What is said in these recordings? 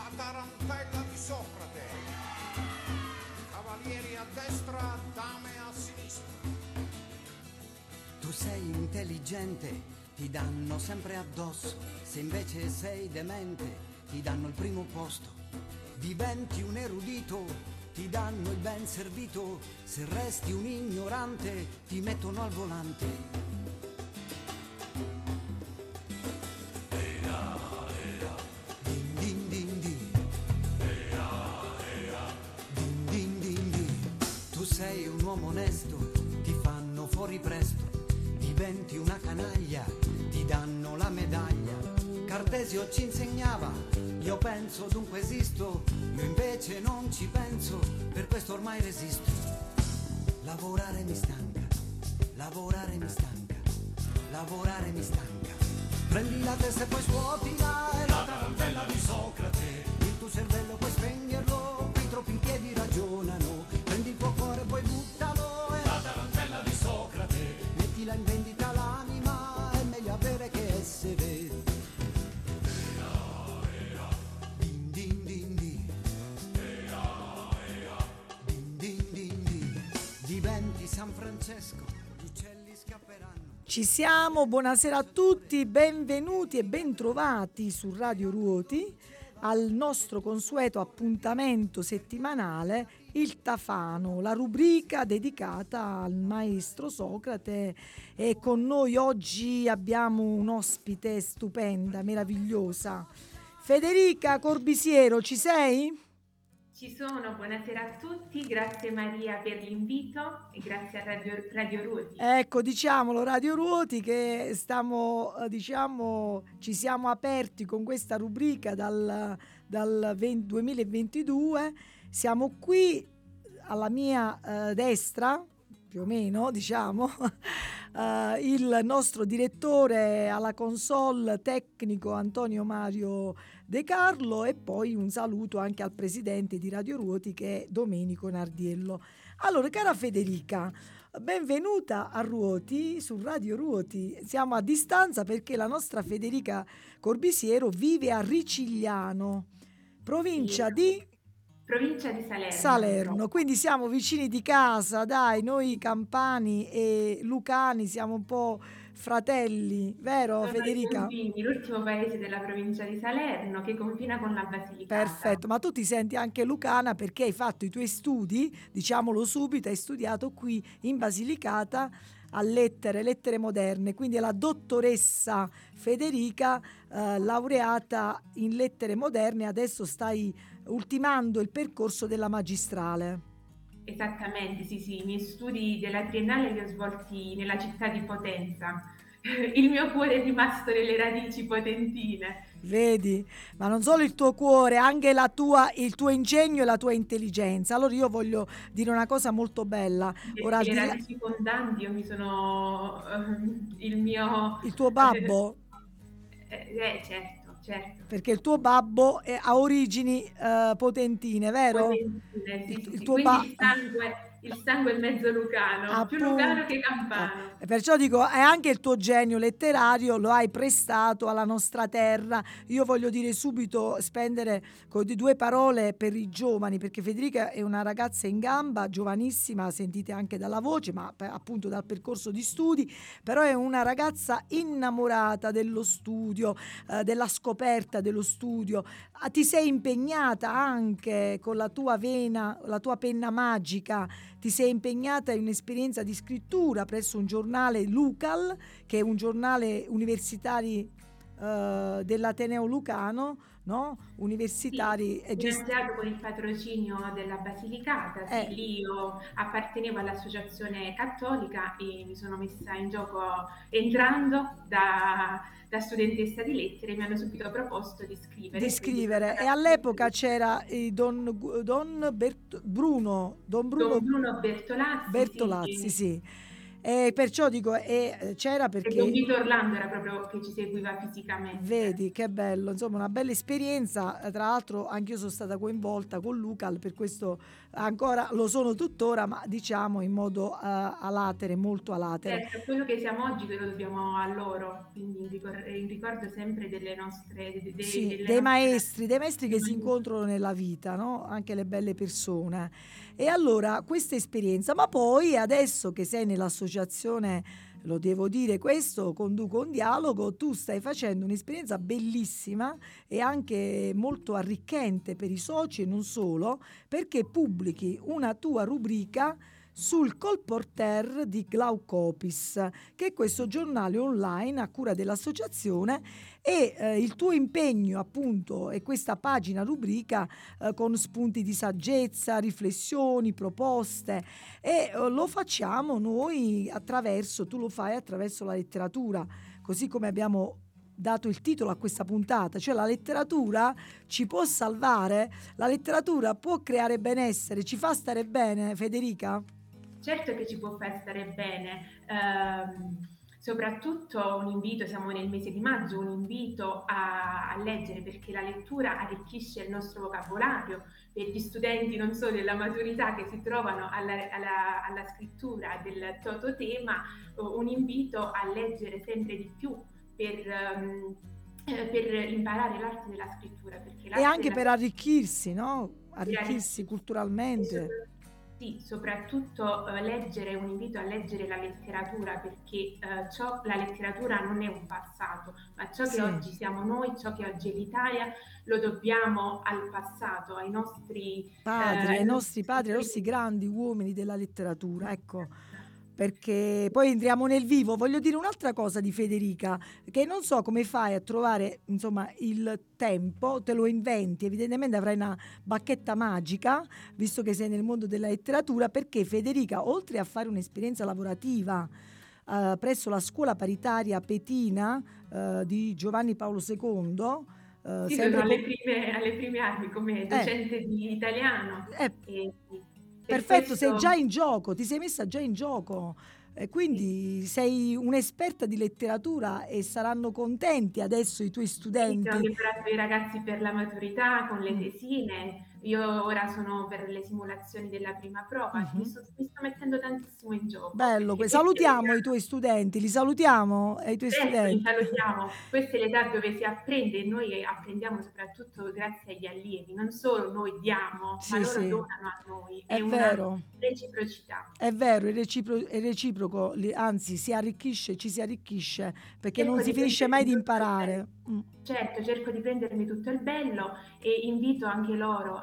la tarantella di Socrate, cavalieri a destra, dame a sinistra. Tu sei intelligente, ti danno sempre addosso, se invece sei demente, ti danno il primo posto. Diventi un erudito, ti danno il ben servito, se resti un ignorante, ti mettono al volante. Din din din din. Din din din din. Tu sei un uomo onesto, ti fanno fuori presto, diventi una canaglia, ti danno la medaglia. Cartesio ci insegnava, io penso dunque esisto, io invece non ci penso, per questo ormai resisto. Lavorare mi stanca, lavorare mi stanca, lavorare mi stanca. Prendi la testa e poi svuotila, è la tarantella di Socrate. Il tuo cervello puoi spegnerlo, i troppi in piedi ragionano. Prendi il tuo cuore e poi buttalo, è la tarantella di Socrate. Mettila in vendita l'anima, è meglio avere che essere. Din din din din. Din din din din. Diventi San Francesco, gli uccelli scapperanno. Ci siamo, buonasera a tutti, benvenuti e bentrovati su Radio Ruoti al nostro consueto appuntamento settimanale, il Tafano, la rubrica dedicata al maestro Socrate. E con noi oggi abbiamo un'ospite stupenda, meravigliosa. Federica Corbisiero, ci sei? Ci sono, buonasera a tutti, grazie Maria per l'invito e grazie a Radio Ruoti. Ecco, diciamolo, Radio Ruoti, che ci siamo aperti con questa rubrica dal 2022. Siamo qui alla mia destra, più o meno, diciamo, il nostro direttore alla console tecnico Antonio Mario De Carlo, e poi un saluto anche al presidente di Radio Ruoti che è Domenico Nardiello. Allora, cara Federica, benvenuta a Ruoti, su Radio Ruoti. Siamo a distanza perché la nostra Federica Corbisiero vive a Ricigliano, provincia di Salerno, quindi siamo vicini di casa, dai, noi campani e lucani siamo un po' fratelli, vero Sono Federica? Confini, l'ultimo paese della provincia di Salerno che confina con la Basilicata. Perfetto, ma tu ti senti anche lucana perché hai fatto i tuoi studi, diciamolo subito, hai studiato qui in Basilicata a lettere moderne, quindi è la dottoressa Federica, laureata in lettere moderne, adesso stai ultimando il percorso della magistrale. Esattamente, sì, i miei studi della triennale li ho svolti nella città di Potenza. Il mio cuore è rimasto nelle radici potentine. Vedi, ma non solo il tuo cuore, anche il tuo ingegno e la tua intelligenza. Allora io voglio dire una cosa molto bella. Ora, Le radici fondanti, io mi sono il tuo babbo? Certo. Perché il tuo babbo ha origini potentine, vero? Potentine, sì. Il tuo Quindi il sangue è mezzo lucano, più lucano che campano. Perciò dico, è anche il tuo genio letterario, lo hai prestato alla nostra terra. Io voglio dire subito, spendere due parole per i giovani, perché Federica è una ragazza in gamba, giovanissima, sentite anche dalla voce, ma appunto dal percorso di studi, però è una ragazza innamorata dello studio, della scoperta dello studio. Ti sei impegnata anche con la tua vena, la tua penna magica, ti sei impegnata in un'esperienza di scrittura presso un giornale Lucal, che è un giornale universitario dell'Ateneo Lucano, no? Universitari finanziato con il patrocinio della Basilicata. Sì, lì io appartenevo all'associazione cattolica e mi sono messa in gioco entrando da studentessa di lettere. Mi hanno subito proposto di scrivere. E all'epoca c'era Don Bruno Bertolazzi, sì. E perciò dico, c'era E perché... Don Vito Orlando era proprio che ci seguiva fisicamente. Vedi che bello, insomma una bella esperienza, tra l'altro anch'io sono stata coinvolta con Luca, per questo ancora lo sono tuttora, ma diciamo in modo alatere, molto alatere. Certo, quello che siamo oggi lo dobbiamo a loro, quindi in ricordo sempre delle nostre, Sì, delle dei nostre... maestri che si incontrano nella vita, no? Anche le belle persone. E allora questa esperienza, ma poi adesso che sei nell'associazione, lo devo dire questo, conduco un dialogo, tu stai facendo un'esperienza bellissima e anche molto arricchente per i soci e non solo, perché pubblichi una tua rubrica sul Colporter di Glaucopis, che è questo giornale online a cura dell'associazione, e il tuo impegno appunto è questa pagina rubrica con spunti di saggezza, riflessioni, proposte, e lo facciamo noi tu lo fai attraverso la letteratura, così come abbiamo dato il titolo a questa puntata, cioè la letteratura ci può salvare, la letteratura può creare benessere, ci fa stare bene, Federica? Certo che ci può far stare bene, soprattutto un invito, siamo nel mese di maggio, un invito a leggere, perché la lettura arricchisce il nostro vocabolario. Per gli studenti non solo della maturità che si trovano alla scrittura del tototema, un invito a leggere sempre di più per imparare l'arte della scrittura. Perché E l'arte anche della per arricchirsi, no? per Arricchirsi arricchirsi. culturalmente. Sì, soprattutto leggere, un invito a leggere la letteratura, perché la letteratura non è un passato, ma ciò che Sì. oggi siamo noi, ciò che oggi è l'Italia, lo dobbiamo al passato, ai nostri Ai nostri padri, ai scrittori. nostri grandi uomini della letteratura, ecco. Perché poi entriamo nel vivo. Voglio dire un'altra cosa di Federica, che non so come fai a trovare, insomma, il tempo, te lo inventi, evidentemente avrai una bacchetta magica, visto che sei nel mondo della letteratura, perché Federica, oltre a fare un'esperienza lavorativa presso la scuola paritaria Petina di Giovanni Paolo II, Sì, sono sempre alle prime armi come docente di italiano. E per perfetto, sei questo già in gioco, ti sei messa già in gioco, quindi sei un'esperta di letteratura e saranno contenti adesso i tuoi sì, stiamo studenti. preparando i ragazzi per la maturità con le Mm. tesine. Io ora sono per le simulazioni della prima prova, Mhm. mi sto mettendo tantissimo in gioco, Bello, perché questa è salutiamo i l'età, tuoi studenti, li salutiamo i tuoi certo, li studenti. salutiamo, questa è l'età dove si apprende e noi apprendiamo soprattutto grazie agli allievi, non solo noi diamo, ma Sì, loro sì, donano a noi, è è una vero. reciprocità. È vero, è reciproco, anzi si arricchisce, ci si arricchisce perché non Cerco si di finisce mai prendermi di tutto il imparare. bello. Mm. Certo, cerco di prendermi tutto il bello e invito anche loro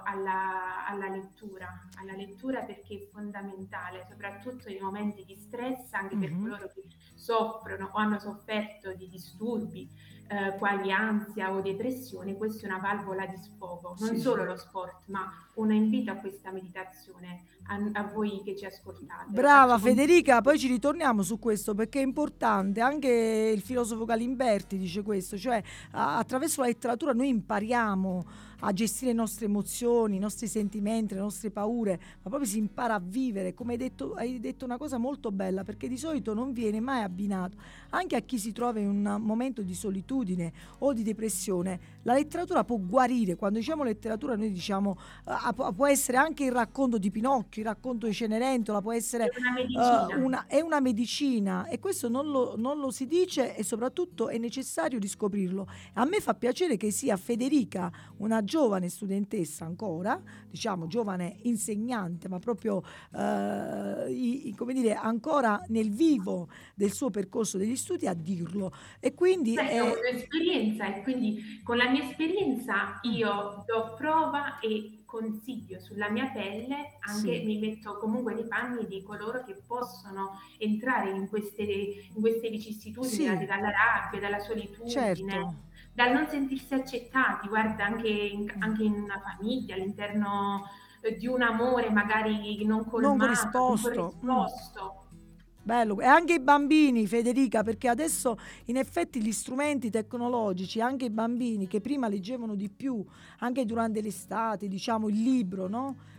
alla lettura perché è fondamentale, soprattutto in momenti di stress, anche per Mhm. coloro che soffrono o hanno sofferto di disturbi, quali ansia o depressione. Questa è una valvola di sfogo, non Sì, sì. solo lo sport, ma un invito a questa meditazione a voi che ci ascoltate. Lo Brava faccio con Federica, poi ci ritorniamo su questo perché è importante, anche il filosofo Galimberti dice questo, cioè attraverso la letteratura noi impariamo a gestire le nostre emozioni, i nostri sentimenti, le nostre paure, ma proprio si impara a vivere, come hai detto una cosa molto bella, perché di solito non viene mai abbinato, anche a chi si trova in un momento di solitudine o di depressione, la letteratura può guarire, quando diciamo letteratura noi diciamo può essere anche il racconto di Pinocchio, il racconto di Cenerentola, può essere è una medicina. è una medicina e questo non lo si dice e soprattutto è necessario riscoprirlo. A me fa piacere che sia Federica, una giovane studentessa ancora, diciamo giovane insegnante, ma proprio come dire, ancora nel vivo del suo percorso degli studi a dirlo. E quindi Questa è un'esperienza e quindi con la mia esperienza io do prova e consiglio sulla mia pelle, anche sì, mi metto comunque nei panni di coloro che possono entrare in queste vicissitudini sì, date dalla rabbia, dalla solitudine, certo. dal non sentirsi accettati, guarda, anche in una famiglia, all'interno di un amore magari non Non colmato, non corrisposto. corrisposto. Bello, e anche i bambini, Federica, perché adesso in effetti gli strumenti tecnologici, anche i bambini che prima leggevano di più, anche durante l'estate, diciamo il libro, no?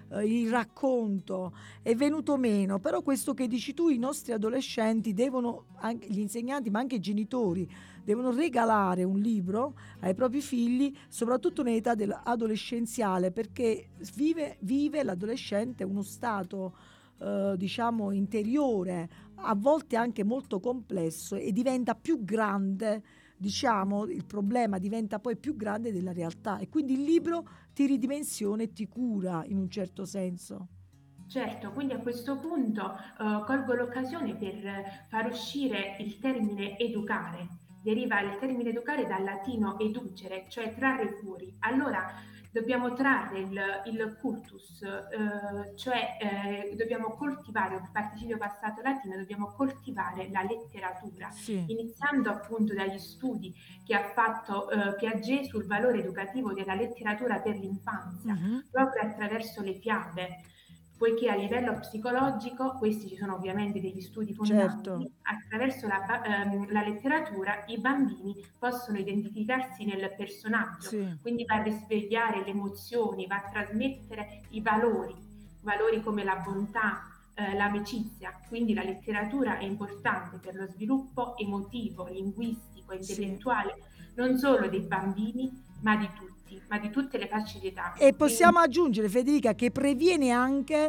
il racconto è venuto meno, però questo che dici tu, i nostri adolescenti devono, anche gli insegnanti ma anche i genitori, devono regalare un libro ai propri figli, soprattutto nell'età adolescenziale, perché vive l'adolescente uno stato diciamo interiore, a volte anche molto complesso, e diventa più grande, diciamo, il problema diventa poi più grande della realtà, e quindi il libro ti ridimensiona e ti cura in un certo senso. Certo, quindi a questo punto colgo l'occasione per far uscire il termine educare. Deriva il termine educare dal latino educere, cioè trarre fuori. Allora dobbiamo trarre il cultus, cioè dobbiamo coltivare, un participio passato latino, dobbiamo coltivare la letteratura, Sì. iniziando appunto dagli studi che ha fatto Piaget sul valore educativo della letteratura per l'infanzia, Mhm. proprio attraverso le fiabe, poiché a livello psicologico, questi ci sono ovviamente degli studi Certo. fondanti, attraverso la letteratura i bambini possono identificarsi nel personaggio, Sì. quindi va a risvegliare le emozioni, va a trasmettere i valori come la bontà, l'amicizia. Quindi la letteratura è importante per lo sviluppo emotivo, linguistico, Sì. intellettuale, non solo dei bambini, ma di tutti, ma di tutte le fasce d'età. E Quindi possiamo aggiungere, Federica, che previene anche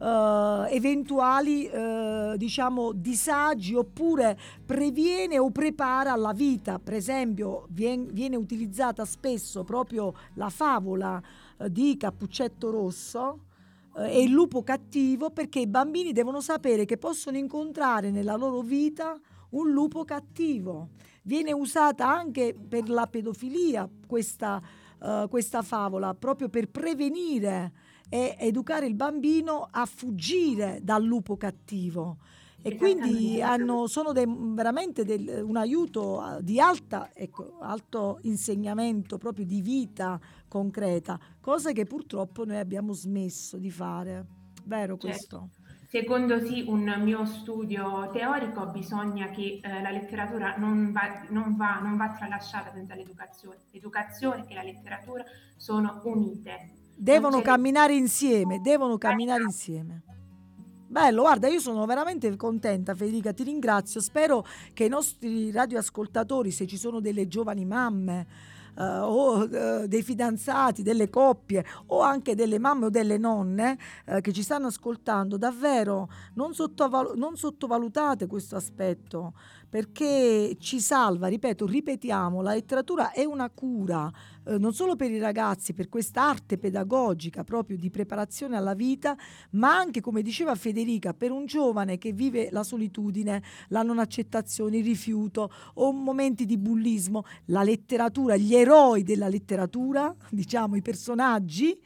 eventuali diciamo disagi, oppure previene o prepara la vita. Per esempio viene utilizzata spesso proprio la favola di Cappuccetto Rosso e il lupo cattivo, perché i bambini devono sapere che possono incontrare nella loro vita un lupo cattivo. Viene usata anche per la pedofilia questa favola, proprio per prevenire e educare il bambino a fuggire dal lupo cattivo. E quindi esattamente. sono veramente un aiuto di alto insegnamento, proprio di vita concreta, cosa che purtroppo noi abbiamo smesso di fare. Vero Certo. questo? Secondo sì, un mio studio teorico, bisogna che la letteratura non va tralasciata senza l'educazione. L'educazione e la letteratura sono unite. Non Devono c'è camminare insieme, devono camminare esatto. insieme. Bello, guarda, io sono veramente contenta, Federica, ti ringrazio. Spero che i nostri radioascoltatori, se ci sono delle giovani mamme o dei fidanzati, delle coppie, o anche delle mamme o delle nonne che ci stanno ascoltando, davvero non sottovalutate questo aspetto, perché ci salva, ripeto, ripetiamo, la letteratura è una cura. Non solo per i ragazzi, per questa arte pedagogica proprio di preparazione alla vita, ma anche, come diceva Federica, per un giovane che vive la solitudine, la non accettazione, il rifiuto o momenti di bullismo. La letteratura, gli eroi della letteratura, diciamo i personaggi,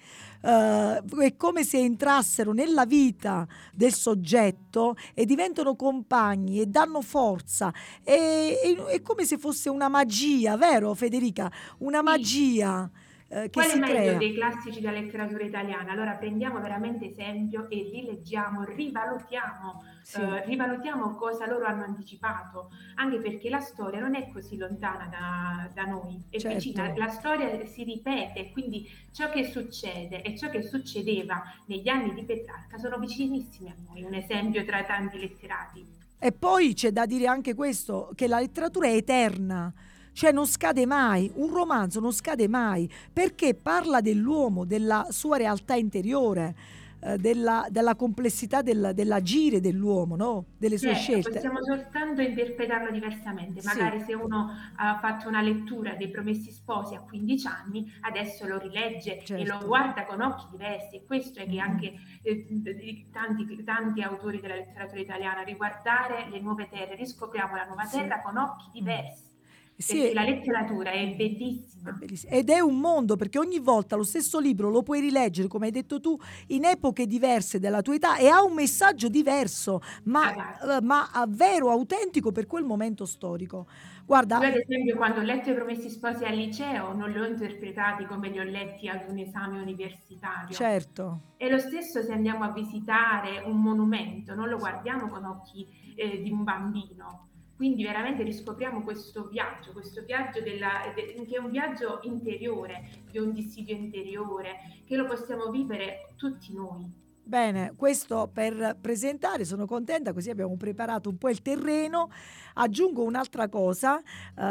è come se entrassero nella vita del soggetto e diventano compagni e danno forza. È come se fosse una magia, vero Federica? Una Sì. magia che Qual è si meglio crea. dei classici della letteratura italiana? Allora prendiamo veramente esempio e rileggiamo, Sì, rivalutiamo cosa loro hanno anticipato, anche perché la storia non è così lontana da noi, è vicina, certo. la storia si ripete, quindi ciò che succede e ciò che succedeva negli anni di Petrarca sono vicinissimi a noi, un esempio tra tanti letterati. E poi c'è da dire anche questo, che la letteratura è eterna, cioè non scade mai, un romanzo non scade mai, perché parla dell'uomo, della sua realtà interiore, della complessità dell'agire dell'uomo, no? Delle sue Certo, scelte. possiamo soltanto interpretarlo diversamente. Sì, Magari se uno ha fatto una lettura dei Promessi Sposi a 15 anni, adesso lo rilegge e lo certo. guarda con occhi diversi. E questo è che Mm-mm. anche tanti autori della letteratura italiana, riguardare le nuove terre, riscopriamo la nuova Sì. terra con occhi Mm. diversi, perché Sì, la letteratura è è bellissima. bellissimo. Ed è un mondo, perché ogni volta lo stesso libro lo puoi rileggere, come hai detto tu, in epoche diverse della tua età, e ha un messaggio diverso, Esatto. ma vero, autentico per quel momento storico. Guarda, Io ad esempio quando ho letto I Promessi Sposi al liceo non li ho interpretati come li ho letti ad un esame universitario. certo. E lo stesso se andiamo a visitare un monumento, non lo guardiamo con occhi di un bambino. Quindi veramente riscopriamo questo viaggio che è un viaggio interiore, di un dissidio interiore, che lo possiamo vivere tutti noi. Bene, questo per presentare, sono contenta, così abbiamo preparato un po' il terreno. Aggiungo un'altra cosa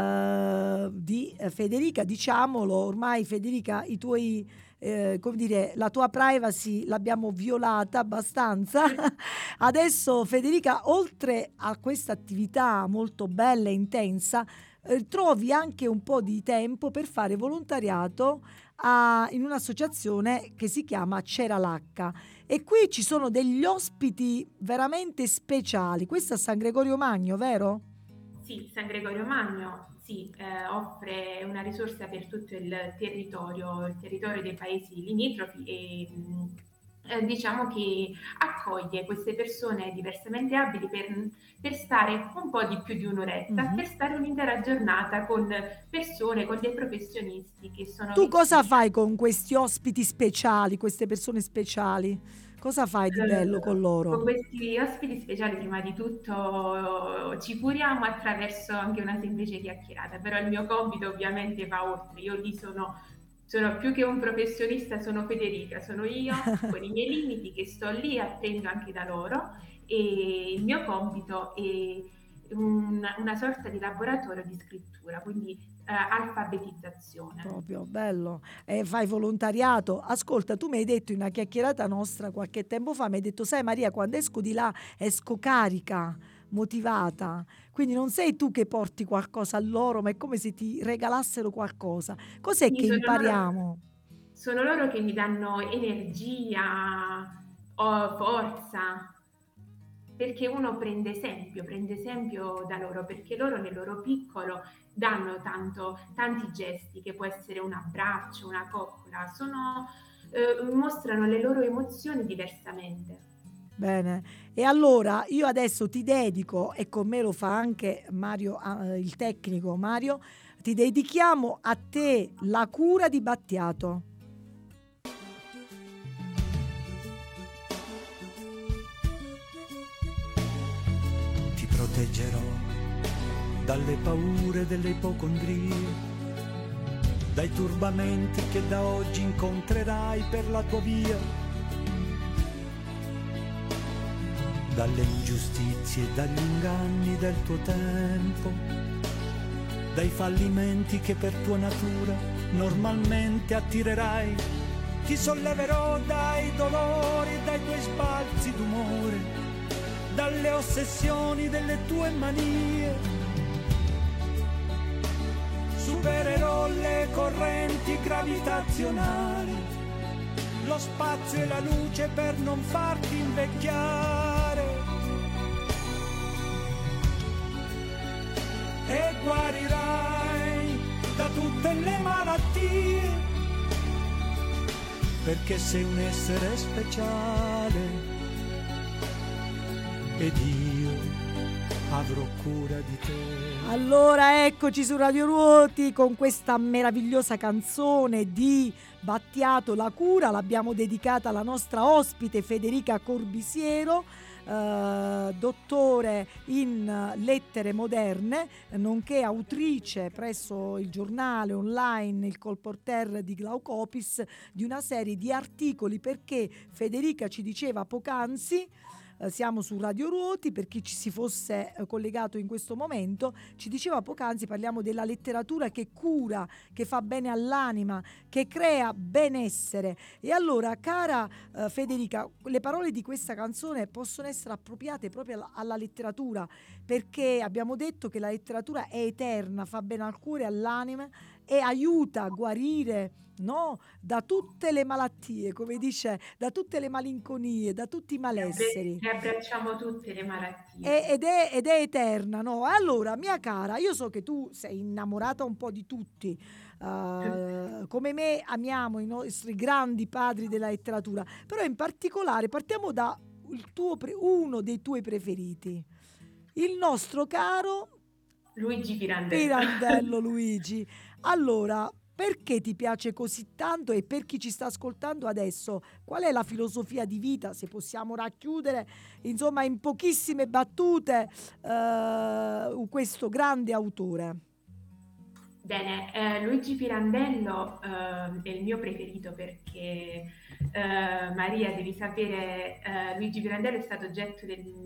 di Federica, diciamolo, ormai Federica, i tuoi, come dire, la tua privacy l'abbiamo violata abbastanza. Adesso Federica, oltre a questa attività molto bella e intensa, trovi anche un po' di tempo per fare volontariato in un'associazione che si chiama Ceralacca. E qui ci sono degli ospiti veramente speciali. Questo è a San Gregorio Magno, vero? Sì, San Gregorio Magno sì, offre una risorsa per tutto il territorio dei paesi limitrofi e diciamo che accoglie queste persone diversamente abili per stare un po' di più di un'oretta, per stare un'intera giornata con persone, con dei professionisti che sono Tu cosa vicini. fai con questi ospiti speciali, queste persone speciali? Cosa fai di bello con loro? Con questi ospiti speciali, prima di tutto, ci curiamo attraverso anche una semplice chiacchierata, però il mio compito ovviamente va oltre. Io lì sono più che un professionista, sono Federica, sono io con i miei limiti che sto lì, apprendo anche da loro e il mio compito è una sorta di laboratorio di scrittura, quindi alfabetizzazione. Proprio bello. Fai volontariato. Ascolta, tu mi hai detto in una chiacchierata nostra qualche tempo fa, mi hai detto, sai Maria, quando esco di là esco carica, motivata. Quindi non sei tu che porti qualcosa a loro, ma è come se ti regalassero qualcosa. Cos'è Quindi che impariamo? sono loro che mi danno energia o forza, perché uno prende esempio da loro, perché loro nel loro piccolo danno tanti gesti, che può essere un abbraccio, una coccola, mostrano le loro emozioni diversamente. Bene, e allora io adesso ti dedico, e con me lo fa anche Mario, il tecnico Mario, ti dedichiamo a te la cura di Battiato. Ti proteggerò dalle paure delle ipocondrie, dai turbamenti che da oggi incontrerai per la tua via, dalle ingiustizie e dagli inganni del tuo tempo, dai fallimenti che per tua natura normalmente attirerai. Ti solleverò dai dolori e dai tuoi sbalzi d'umore, dalle ossessioni delle tue manie. Supererò le correnti gravitazionali, lo spazio e la luce per non farti invecchiare. E guarirai da tutte le malattie, perché sei un essere speciale ed io avrò cura di te. Allora eccoci su Radio Ruoti con questa meravigliosa canzone di Battiato La cura, l'abbiamo dedicata alla nostra ospite Federica Corbisiero, dottore in lettere moderne, nonché autrice presso il giornale online Il Colporteur di Glaucopis di una serie di articoli, perché Federica ci diceva poc'anzi, siamo su Radio Ruoti, per chi ci si fosse collegato in questo momento, ci diceva poc'anzi, parliamo della letteratura che cura, che fa bene all'anima, che crea benessere. E allora, cara Federica, le parole di questa canzone possono essere appropriate proprio alla letteratura, perché abbiamo detto che la letteratura è eterna, fa bene al cuore e all'anima e aiuta a guarire, no? Da tutte le malattie, come dice, da tutte le malinconie, da tutti i malesseri. Le abbracciamo tutte le malattie. Ed è eterna, no? Allora, mia cara, io so che tu sei innamorata un po' di tutti. Come me amiamo i nostri grandi padri della letteratura, però in particolare partiamo da uno dei tuoi preferiti, il nostro caro Luigi Pirandello Luigi. Allora, perché ti piace così tanto, e per chi ci sta ascoltando adesso, qual è la filosofia di vita, se possiamo racchiudere, insomma, in pochissime battute, questo grande autore? Bene, Luigi Pirandello è il mio preferito perché Maria, devi sapere, Luigi Pirandello è stato oggetto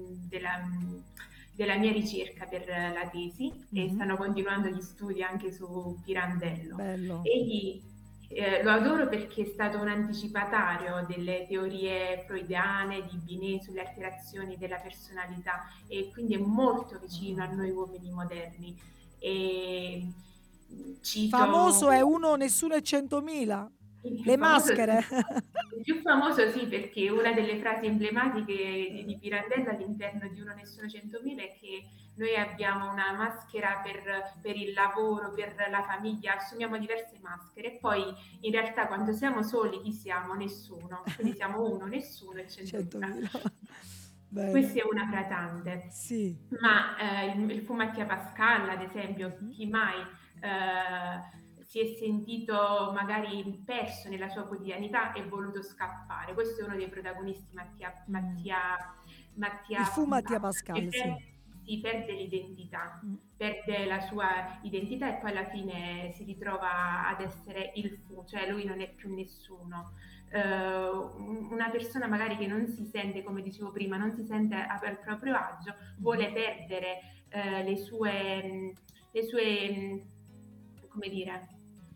della mia ricerca per la tesi e stanno continuando gli studi anche su Pirandello. Bello. Egli lo adoro perché è stato un anticipatario delle teorie freudiane di Binet sulle alterazioni della personalità e quindi è molto vicino a noi uomini moderni. E cito Famoso è Uno, Nessuno e 100.000. Le famoso, maschere. il più famoso sì, perché una delle frasi emblematiche di Pirandello all'interno di Uno Nessuno 100.000 è che noi abbiamo una maschera per il lavoro, per la famiglia, assumiamo diverse maschere e poi in realtà quando siamo soli chi siamo? Nessuno, quindi siamo uno, nessuno e 100.000. 100.000. Bene. Questa è una fra tante. Sì. Ma il fu Mattia Pascal, ad esempio, chi mai si è sentito magari perso nella sua quotidianità e voluto scappare? Questo è uno dei protagonisti, Mattia Il fu Mattia Pascal, che sì. si perde l'identità, perde la sua identità e poi alla fine si ritrova ad essere il fu, cioè lui non è più nessuno. Una persona magari che non si sente, come dicevo prima, non si sente a proprio agio, vuole perdere le sue, come dire,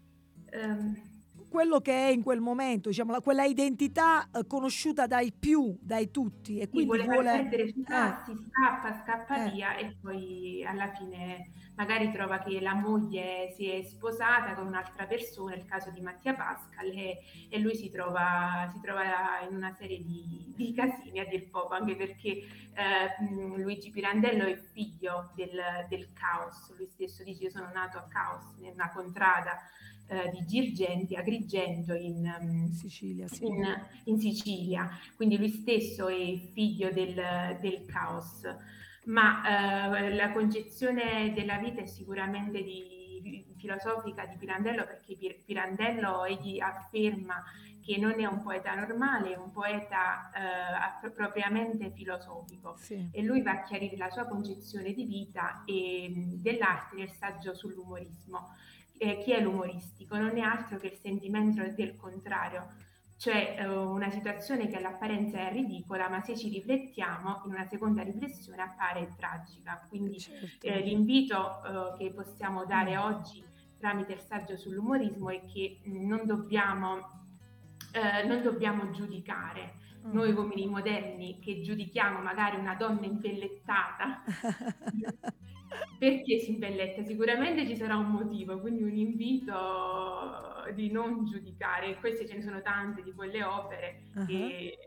quello che è in quel momento, diciamo, quella identità conosciuta dai tutti, e quindi vuole far perdere sui passi, scappa via e poi alla fine magari trova che la moglie si è sposata con un'altra persona, il caso di Mattia Pascal, e lui si trova in una serie di casini a dir poco, anche perché Luigi Pirandello è figlio del caos, lui stesso dice io sono nato a Caos, in una contrada di Girgenti, Agrigento in Sicilia, sì. in Sicilia, quindi lui stesso è figlio del caos, ma la concezione della vita è sicuramente filosofica di Pirandello, perché Pirandello egli afferma che non è un poeta normale, è un poeta propriamente filosofico, Sì. e lui va a chiarire la sua concezione di vita e dell'arte nel saggio sull'umorismo. Chi è l'umoristico? Non è altro che il sentimento del contrario, cioè una situazione che all'apparenza è ridicola, ma se ci riflettiamo, in una seconda riflessione appare tragica. Quindi Certo. l'invito che possiamo dare oggi tramite il saggio sull'umorismo è che non dobbiamo giudicare. Noi uomini moderni che giudichiamo magari una donna imbellettata perché si imbelletta? Sicuramente ci sarà un motivo, quindi un invito di non giudicare. Queste ce ne sono tante di quelle opere che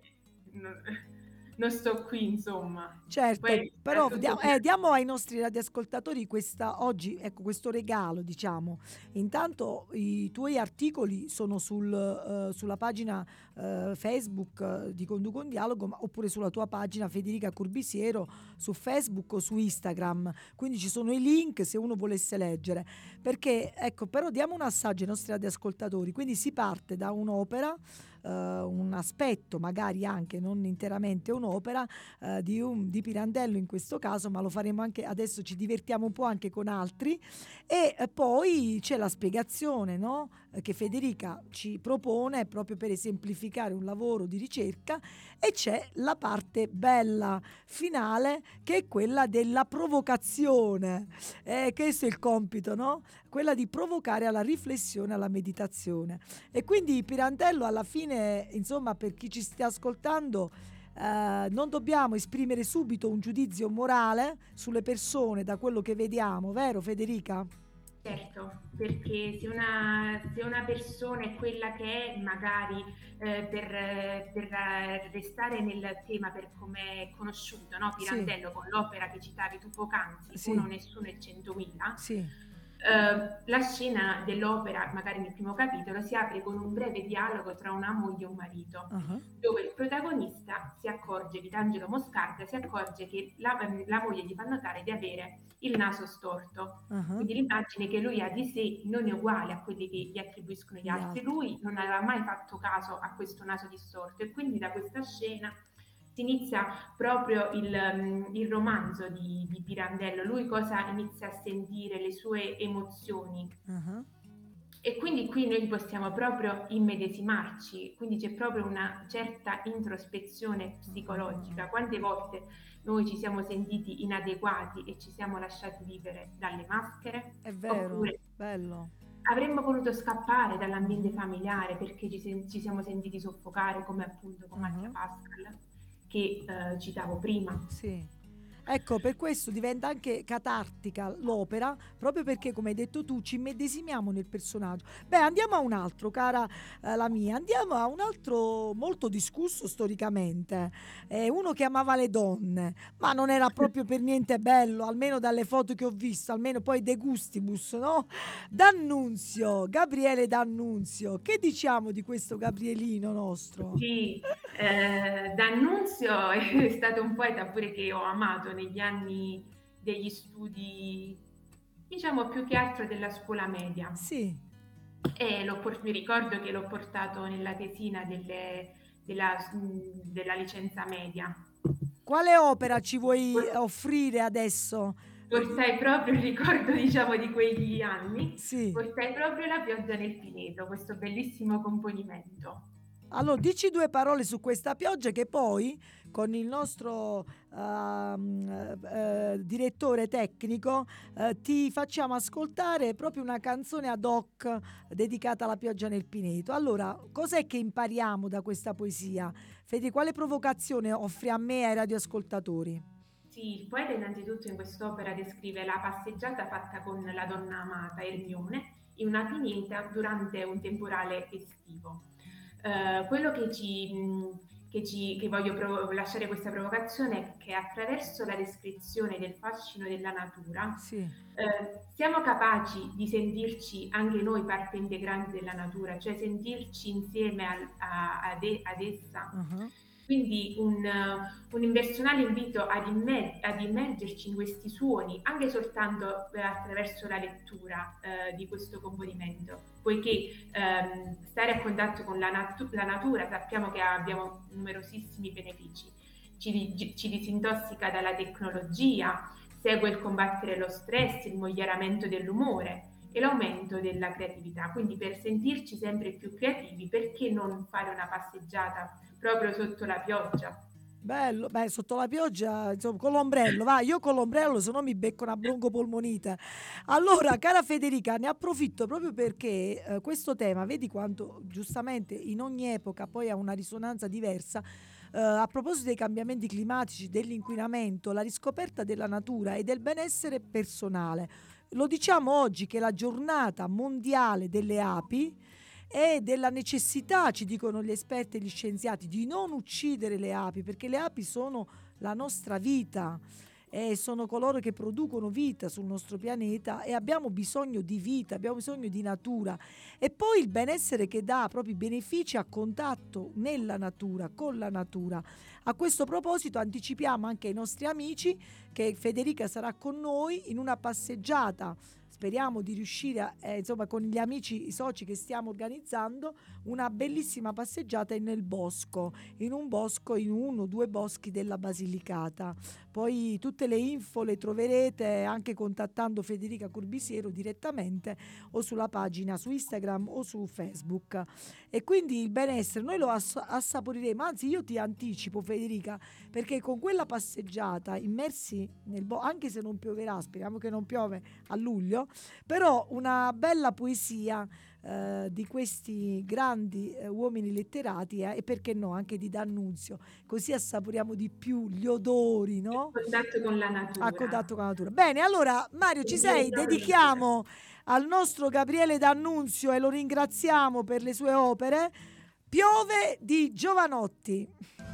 non sto qui, insomma. Certo, Poi, però diamo ai nostri radioascoltatori questo regalo, diciamo. Intanto i tuoi articoli sono sulla pagina Facebook di Conduco un Dialogo, oppure sulla tua pagina Federica Curbisiero su Facebook o su Instagram, quindi ci sono i link se uno volesse leggere, perché però diamo un assaggio ai nostri radioascoltatori. Quindi si parte da un'opera, un aspetto, magari anche non interamente un'opera di Pirandello in questo caso, ma lo faremo anche adesso, ci divertiamo un po' anche con altri, e poi c'è la spiegazione, no? Che Federica ci propone proprio per esemplificare un lavoro di ricerca, e c'è la parte bella finale, che è quella della provocazione, questo è il compito, no? Quella di provocare alla riflessione, alla meditazione. E quindi Pirandello alla fine, insomma, per chi ci stia ascoltando, non dobbiamo esprimere subito un giudizio morale sulle persone da quello che vediamo, vero Federica? Certo, perché se una persona è quella che è, magari per restare nel tema, per come è conosciuto, no? Pirandello, sì, con l'opera che citavi tu poc'anzi, sì, Uno, Nessuno e 100.000, sì. La scena dell'opera, magari nel primo capitolo, si apre con un breve dialogo tra una moglie e un marito, dove il protagonista si accorge, Vitangelo Moscarda, si accorge che la moglie gli fa notare di avere il naso storto. Quindi l'immagine che lui ha di sé non è uguale a quelli che gli attribuiscono gli altri. Lui non aveva mai fatto caso a questo naso distorto, e quindi da questa scena si inizia proprio il romanzo di Pirandello. Lui cosa inizia a sentire, le sue emozioni. Uh-huh. E quindi qui noi possiamo proprio immedesimarci, quindi c'è proprio una certa introspezione psicologica. Quante volte noi ci siamo sentiti inadeguati e ci siamo lasciati vivere dalle maschere? È vero, Oppure bello. avremmo voluto scappare dall'ambiente familiare perché ci siamo sentiti soffocare, come appunto con Mattia Pascal, che citavo prima. Sì. Ecco, per questo diventa anche catartica l'opera, proprio perché, come hai detto tu, ci immedesimiamo nel personaggio. Beh, andiamo a un altro, cara la mia, andiamo a un altro molto discusso storicamente. Uno che amava le donne, ma non era proprio per niente bello, almeno dalle foto che ho visto, almeno poi De Gustibus, no? D'Annunzio, Gabriele D'Annunzio. Che diciamo di questo Gabrielino nostro? Sì, D'Annunzio è stato un poeta pure che ho amato negli anni degli studi, diciamo più che altro della scuola media. Sì. E mi ricordo che l'ho portato nella tesina della licenza media. Quale opera ci vuoi offrire adesso? Portai proprio il ricordo, diciamo, di quegli anni. Sì. Portai proprio La pioggia nel pineto, questo bellissimo componimento. Allora, dici due parole su questa pioggia che poi con il nostro direttore tecnico ti facciamo ascoltare proprio una canzone ad hoc dedicata alla pioggia nel pineto. Allora, cos'è che impariamo da questa poesia? Fede, quale provocazione offri a me e ai radioascoltatori? Sì, il poeta innanzitutto in quest'opera descrive la passeggiata fatta con la donna amata, Ermione, in una pineta durante un temporale estivo. Quello che voglio lasciare questa provocazione è che attraverso la descrizione del fascino della natura siamo capaci di sentirci anche noi parte integrante della natura, cioè sentirci insieme ad essa. Quindi un impersonale invito ad immergerci in questi suoni anche soltanto attraverso la lettura di questo componimento, poiché stare a contatto con la natura sappiamo che abbiamo numerosissimi benefici. Ci disintossica dalla tecnologia, segue il combattere lo stress, il miglioramento dell'umore e l'aumento della creatività. Quindi per sentirci sempre più creativi, perché non fare una passeggiata proprio sotto la pioggia? Bello, beh, sotto la pioggia, insomma, con l'ombrello, va, io con l'ombrello, se no mi becco una broncopolmonite. Allora, cara Federica, ne approfitto proprio perché questo tema, vedi quanto giustamente in ogni epoca poi ha una risonanza diversa. A proposito dei cambiamenti climatici, dell'inquinamento, la riscoperta della natura e del benessere personale. Lo diciamo oggi che è la giornata mondiale delle api e della necessità, ci dicono gli esperti e gli scienziati, di non uccidere le api, perché le api sono la nostra vita e sono coloro che producono vita sul nostro pianeta e abbiamo bisogno di vita, abbiamo bisogno di natura. E poi il benessere che dà proprio i benefici a contatto nella natura, con la natura. A questo proposito anticipiamo anche ai nostri amici che Federica sarà con noi in una passeggiata. Speriamo di riuscire insomma, con gli amici, i soci che stiamo organizzando, una bellissima passeggiata nel bosco, in uno o due boschi della Basilicata. Poi tutte le info le troverete anche contattando Federica Corbisiero direttamente o sulla pagina su Instagram o su Facebook. E quindi il benessere noi lo assaporiremo, anzi io ti anticipo Federica, perché con quella passeggiata immersi nel bosco, anche se non pioverà, speriamo che non piove a luglio, però una bella poesia di questi grandi uomini letterati e perché no anche di D'Annunzio, così assaporiamo di più gli odori, no? A contatto con la natura. A contatto con la natura. Bene, allora Mario, ci sei? Dedichiamo al nostro Gabriele D'Annunzio e lo ringraziamo per le sue opere. Piove di Giovanotti.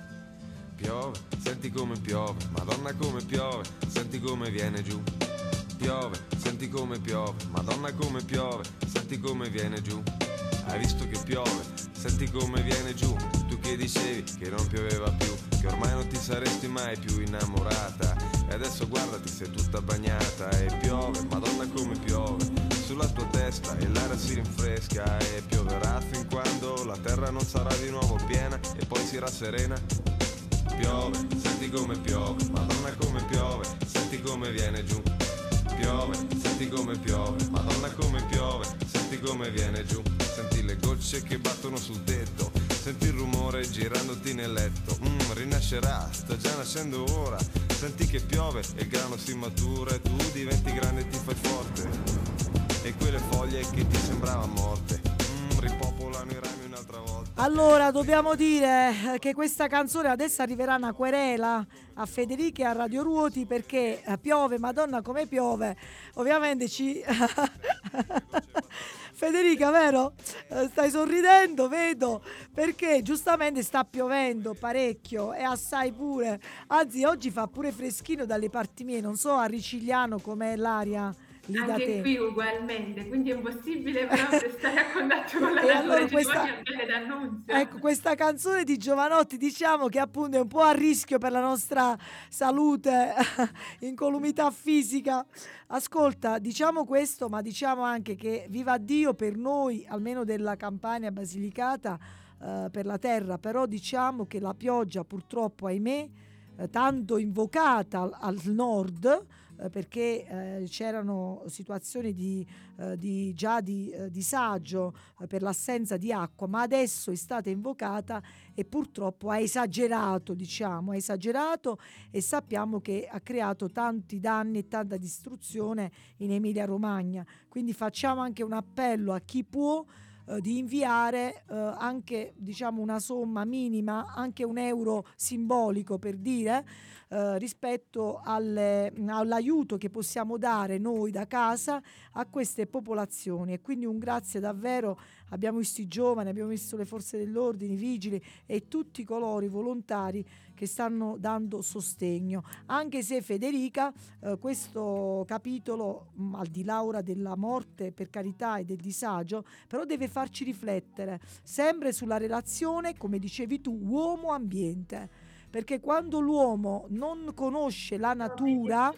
Piove, senti come piove, Madonna come piove, senti come viene giù. Piove, senti come piove, Madonna come piove, senti come viene giù. Hai visto che piove, senti come viene giù. Tu che dicevi che non pioveva più, che ormai non ti saresti mai più innamorata. E adesso guardati, sei tutta bagnata. E piove, Madonna come piove, sulla tua testa e l'aria si rinfresca. E pioverà fin quando la terra non sarà di nuovo piena e poi si rasserena. Piove, senti come piove, Madonna come piove, senti come viene giù. Piove, senti come piove, Madonna come piove, senti come viene giù. Senti le gocce che battono sul tetto, senti il rumore girandoti nel letto. Rinascerà, sta già nascendo ora. Senti che piove e il grano si matura e tu diventi grande e ti fai forte. E quelle foglie che ti sembravano morte, ripopolano i rami un'altra volta. Allora, dobbiamo dire che questa canzone adesso arriverà una querela a Federica e a Radio Ruoti perché piove, Madonna come piove. Ovviamente ci... Federica, vero? Stai sorridendo, vedo, perché giustamente sta piovendo parecchio e assai pure. Anzi, oggi fa pure freschino dalle parti mie, non so a Ricigliano com'è l'aria lì da Anche te. qui ugualmente, quindi è impossibile proprio stare a contatto con la E natura, allora ci vogliono bene d'annunzio. ecco, questa canzone di Giovanotti diciamo che appunto è un po' a rischio per la nostra salute, incolumità fisica. Ascolta, diciamo questo, ma diciamo anche che viva Dio per noi, almeno della Campania Basilicata, per la terra, però diciamo che la pioggia purtroppo, ahimè, tanto invocata al nord, perché c'erano situazioni di disagio per l'assenza di acqua, ma adesso è stata invocata e purtroppo ha esagerato e sappiamo che ha creato tanti danni e tanta distruzione in Emilia Romagna. Quindi facciamo anche un appello a chi può di inviare anche diciamo una somma minima, anche €1 simbolico per dire, rispetto all'aiuto che possiamo dare noi da casa a queste popolazioni. E quindi un grazie davvero, abbiamo visto i giovani, abbiamo visto le forze dell'ordine, i vigili e tutti coloro i volontari che stanno dando sostegno, anche se Federica questo capitolo, al di là ora della morte per carità e del disagio, però deve farci riflettere sempre sulla relazione, come dicevi tu, uomo-ambiente, perché quando l'uomo non conosce la natura,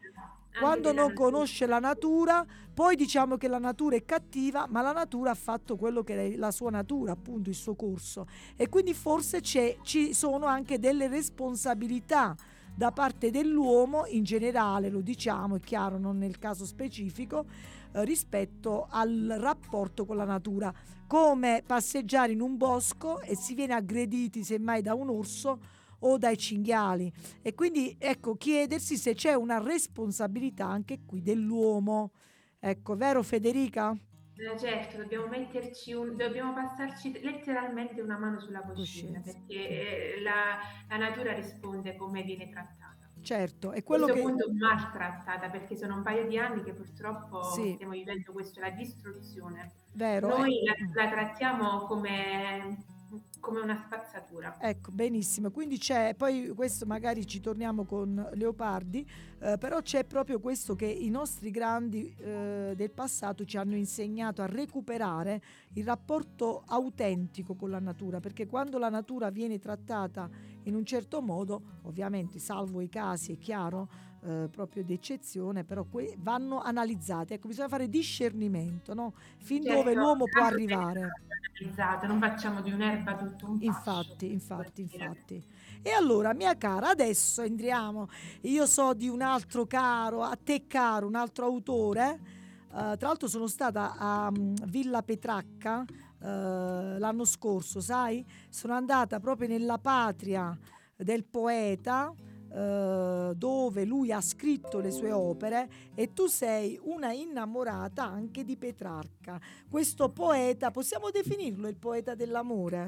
poi diciamo che la natura è cattiva, ma la natura ha fatto quello che è la sua natura, appunto il suo corso, e quindi forse ci sono anche delle responsabilità da parte dell'uomo in generale, lo diciamo, è chiaro, non nel caso specifico, rispetto al rapporto con la natura, come passeggiare in un bosco e si viene aggrediti semmai da un orso o dai cinghiali, e quindi ecco, chiedersi se c'è una responsabilità anche qui dell'uomo, ecco, vero Federica? Certo, dobbiamo passarci letteralmente una mano sulla coscienza, Coscienza. perché la natura risponde come viene trattata. Certo, è A quello questo che punto maltrattata, perché sono un paio di anni che purtroppo sì, stiamo vivendo questo, la distruzione. vero, Noi la trattiamo come una spazzatura. ecco, benissimo. Quindi c'è, poi questo magari ci torniamo con Leopardi, però c'è proprio questo che i nostri grandi del passato ci hanno insegnato a recuperare il rapporto autentico con la natura, perché quando la natura viene trattata in un certo modo, ovviamente salvo i casi, è chiaro, proprio d'eccezione, però vanno analizzati. Ecco, bisogna fare discernimento, no? Fin dove Certo, l'uomo può tanto arrivare. non facciamo di un'erba tutto un fascio. Infatti. E allora, mia cara, adesso entriamo. Io so di un altro caro, a te caro, un altro autore. Tra l'altro sono stata a Villa Petracca l'anno scorso, sai? Sono andata proprio nella patria del poeta, dove lui ha scritto le sue opere, e tu sei una innamorata anche di Petrarca. Questo poeta, possiamo definirlo il poeta dell'amore?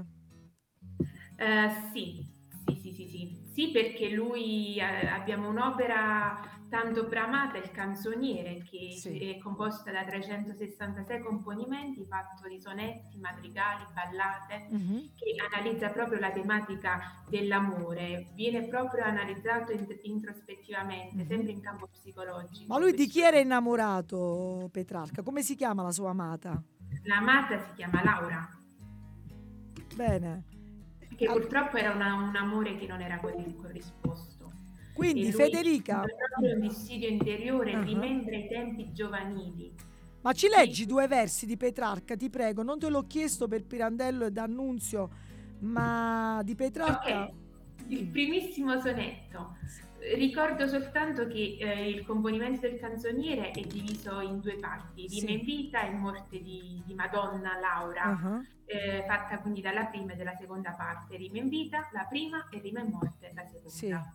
Sì, perché lui abbiamo un'opera tanto pramata, il Canzoniere, che Sì. è composta da 366 componimenti, fatto di sonetti, madrigali, ballate, che analizza proprio la tematica dell'amore, viene proprio analizzato introspettivamente, sempre in campo psicologico. Ma lui di chi era innamorato Petrarca? Come si chiama la sua amata? L'amata si chiama Laura. Bene. Che purtroppo era un amore che non era corrisposto. Quindi E lui Federica, proprio un dissidio interiore, rimembra i tempi giovanili. ma ci leggi 2 versi di Petrarca, ti prego? Non te l'ho chiesto per Pirandello e D'Annunzio, ma di Petrarca. Ok, Il primissimo sonetto. Ricordo soltanto che il componimento del canzoniere è diviso in due parti, Rime in Sì. vita e Morte di Madonna Laura, Ah, fatta quindi dalla prima e dalla seconda parte, Rime in vita la prima e Rime in morte la sì, seconda.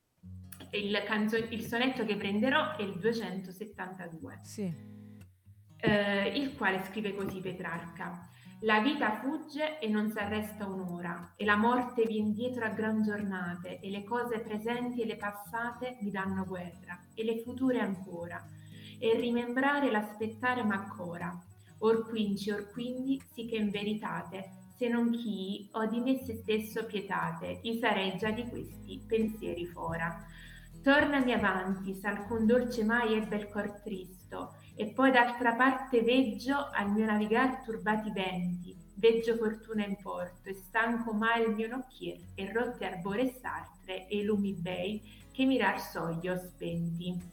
Il sonetto che prenderò è il 272, sì, il quale scrive così Petrarca. La vita fugge e non s'arresta un'ora, e la morte vien dietro a gran giornate, e le cose presenti e le passate mi danno guerra, e le future ancora, e rimembrare l'aspettare m'accora. Or quindi, sì che in veritate, se non chi ho di me se stesso pietate, i sarei già di questi pensieri fora. Tornami avanti, s'alcun dolce mai ebbe il cor tristo, e poi d'altra parte veggio al mio navigar turbati venti, veggio fortuna in porto, e stanco mai il mio nocchier, e rotte arbore e sartre, e lumi bei, che mirar soglio spenti.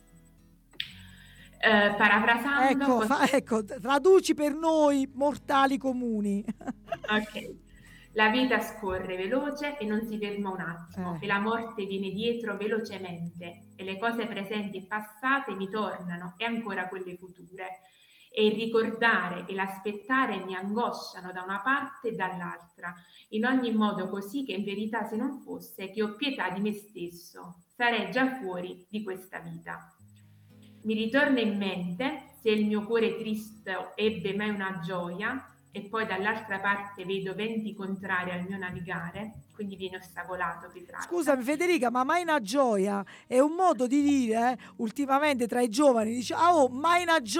Parafrasando, ecco, traduci per noi mortali comuni. ok. La vita scorre veloce e non si ferma un attimo, e la morte viene dietro velocemente, e le cose presenti e passate mi tornano, e ancora quelle future. E il ricordare e l'aspettare mi angosciano da una parte e dall'altra, in ogni modo così che in verità se non fosse che ho pietà di me stesso, sarei già fuori di questa vita. Mi ritorna in mente se il mio cuore triste ebbe mai una gioia, e poi dall'altra parte vedo venti contrari al mio navigare, quindi viene ostacolato Petrarca. Scusami Federica, ma mai una gioia è un modo di dire ultimamente tra i giovani, dice "Ah, oh, mai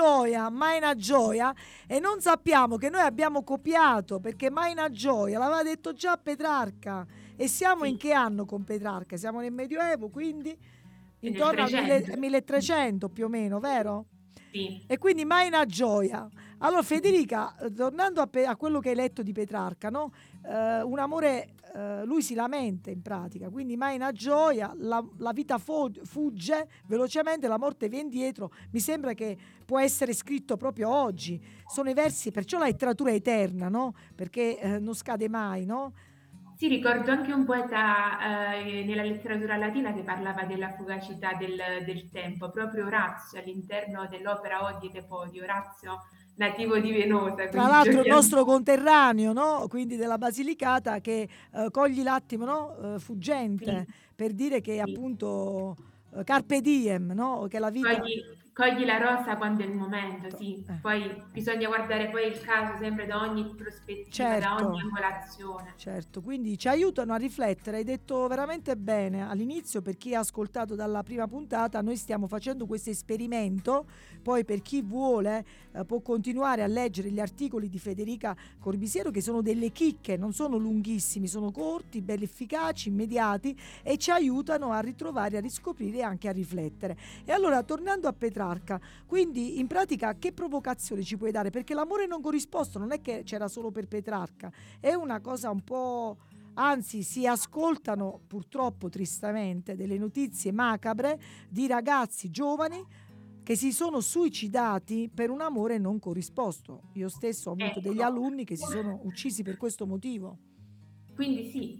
una gioia", e non sappiamo che noi abbiamo copiato, perché mai una gioia l'aveva detto già Petrarca, e siamo Sì. in che anno con Petrarca? Siamo nel Medioevo, quindi Nel intorno al 300. 1300 più o meno, vero? Sì. E quindi mai una gioia. Allora Federica, tornando a quello che hai letto di Petrarca, no? Un amore, lui si lamenta in pratica, quindi mai una gioia, la vita fugge velocemente, la morte viene dietro. Mi sembra che può essere scritto proprio oggi. Sono i versi, perciò la letteratura è eterna, no? Perché non scade mai, no? Sì, ricordo anche un poeta nella letteratura latina che parlava della fugacità del tempo, proprio Orazio all'interno dell'opera Odi et Podi, Orazio nativo di Venosa, Tra quindi l'altro il giochiamo. nostro conterraneo, no? Quindi della Basilicata, che cogli l'attimo, no? Sì, Fuggente, per dire che sì. appunto carpe diem, no? Che la vita... Cogli la rosa quando è il momento, sì. eh, Poi bisogna guardare poi il caso sempre da ogni prospettiva, da ogni certo. angolazione. Certo, quindi ci aiutano a riflettere. Hai detto veramente bene all'inizio. Per chi ha ascoltato dalla prima puntata, noi stiamo facendo questo esperimento. Poi per chi vuole può continuare a leggere gli articoli di Federica Corbisiero, che sono delle chicche, non sono lunghissimi, sono corti, belli efficaci, immediati, e ci aiutano a ritrovare, a riscoprire e anche a riflettere. E allora, tornando a Petrarca, quindi in pratica che provocazione ci puoi dare? Perché l'amore non corrisposto non è che c'era solo per Petrarca, è una cosa un po'... Anzi, si ascoltano purtroppo tristamente delle notizie macabre di ragazzi giovani che si sono suicidati per un amore non corrisposto. Io stesso ho avuto degli Ecco. alunni che si sono uccisi per questo motivo. Quindi sì,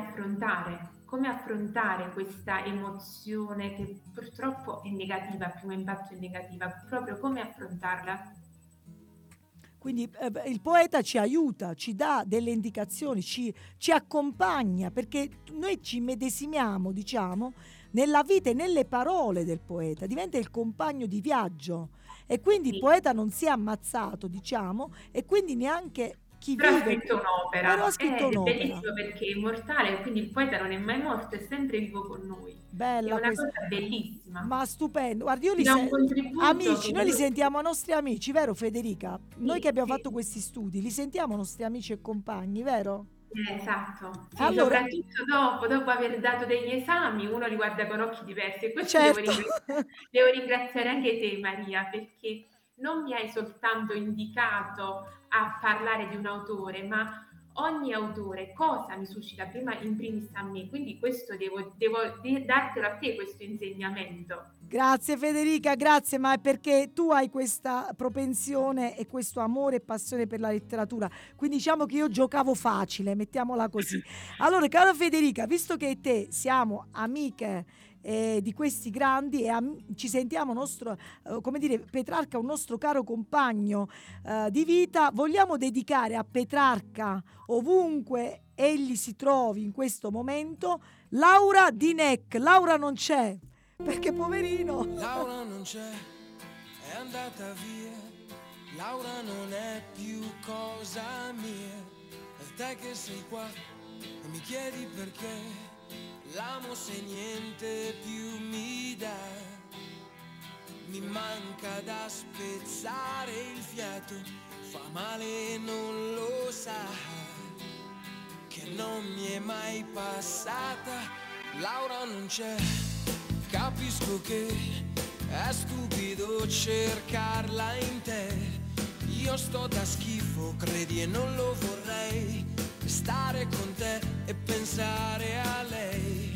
come affrontare questa emozione che purtroppo è negativa, il primo impatto è negativa, proprio come affrontarla? Quindi il poeta ci aiuta, ci dà delle indicazioni, ci accompagna, perché noi ci medesimiamo, diciamo, nella vita e nelle parole del poeta, diventa il compagno di viaggio, e quindi il Sì. poeta non si è ammazzato, diciamo, e quindi neanche chi Però ha vive... scritto un'opera, Però ha scritto ed è un'opera. bellissimo perché è immortale, quindi il poeta non è mai morto, è sempre vivo con noi. È Bella una questa. cosa bellissima. Ma stupendo. Guardi, io Ti li dà un sento. contributo Amici, che noi li io... sentiamo a nostri amici, vero Federica? Noi Sì, che abbiamo sì. fatto questi studi, li sentiamo nostri amici e compagni, vero? Esatto, sì, Allora, soprattutto dopo aver dato degli esami, uno li guarda con occhi diversi, e questo certo. devo ringraziare anche te Maria, perché non mi hai soltanto indicato a parlare di un autore, ma ogni autore cosa mi suscita prima in primis a me, quindi questo devo dartelo a te questo insegnamento. Grazie Federica, grazie, ma è perché tu hai questa propensione e questo amore e passione per la letteratura, quindi diciamo che io giocavo facile, mettiamola così. Allora, cara Federica, visto che te siamo amiche di questi grandi e ci sentiamo come dire, Petrarca un nostro caro compagno di vita, vogliamo dedicare a Petrarca, ovunque egli si trovi in questo momento, Laura di Neck. Laura non c'è, perché poverino. Laura non c'è, è andata via. Laura non è più cosa mia. E te che sei qua e mi chiedi perché l'amo se niente più mi dà. Mi manca da spezzare il fiato, fa male e non lo sa, che non mi è mai passata. Laura non c'è, capisco che è stupido cercarla in te. Io sto da schifo, credi, e non lo vorrei, stare con te e pensare a lei.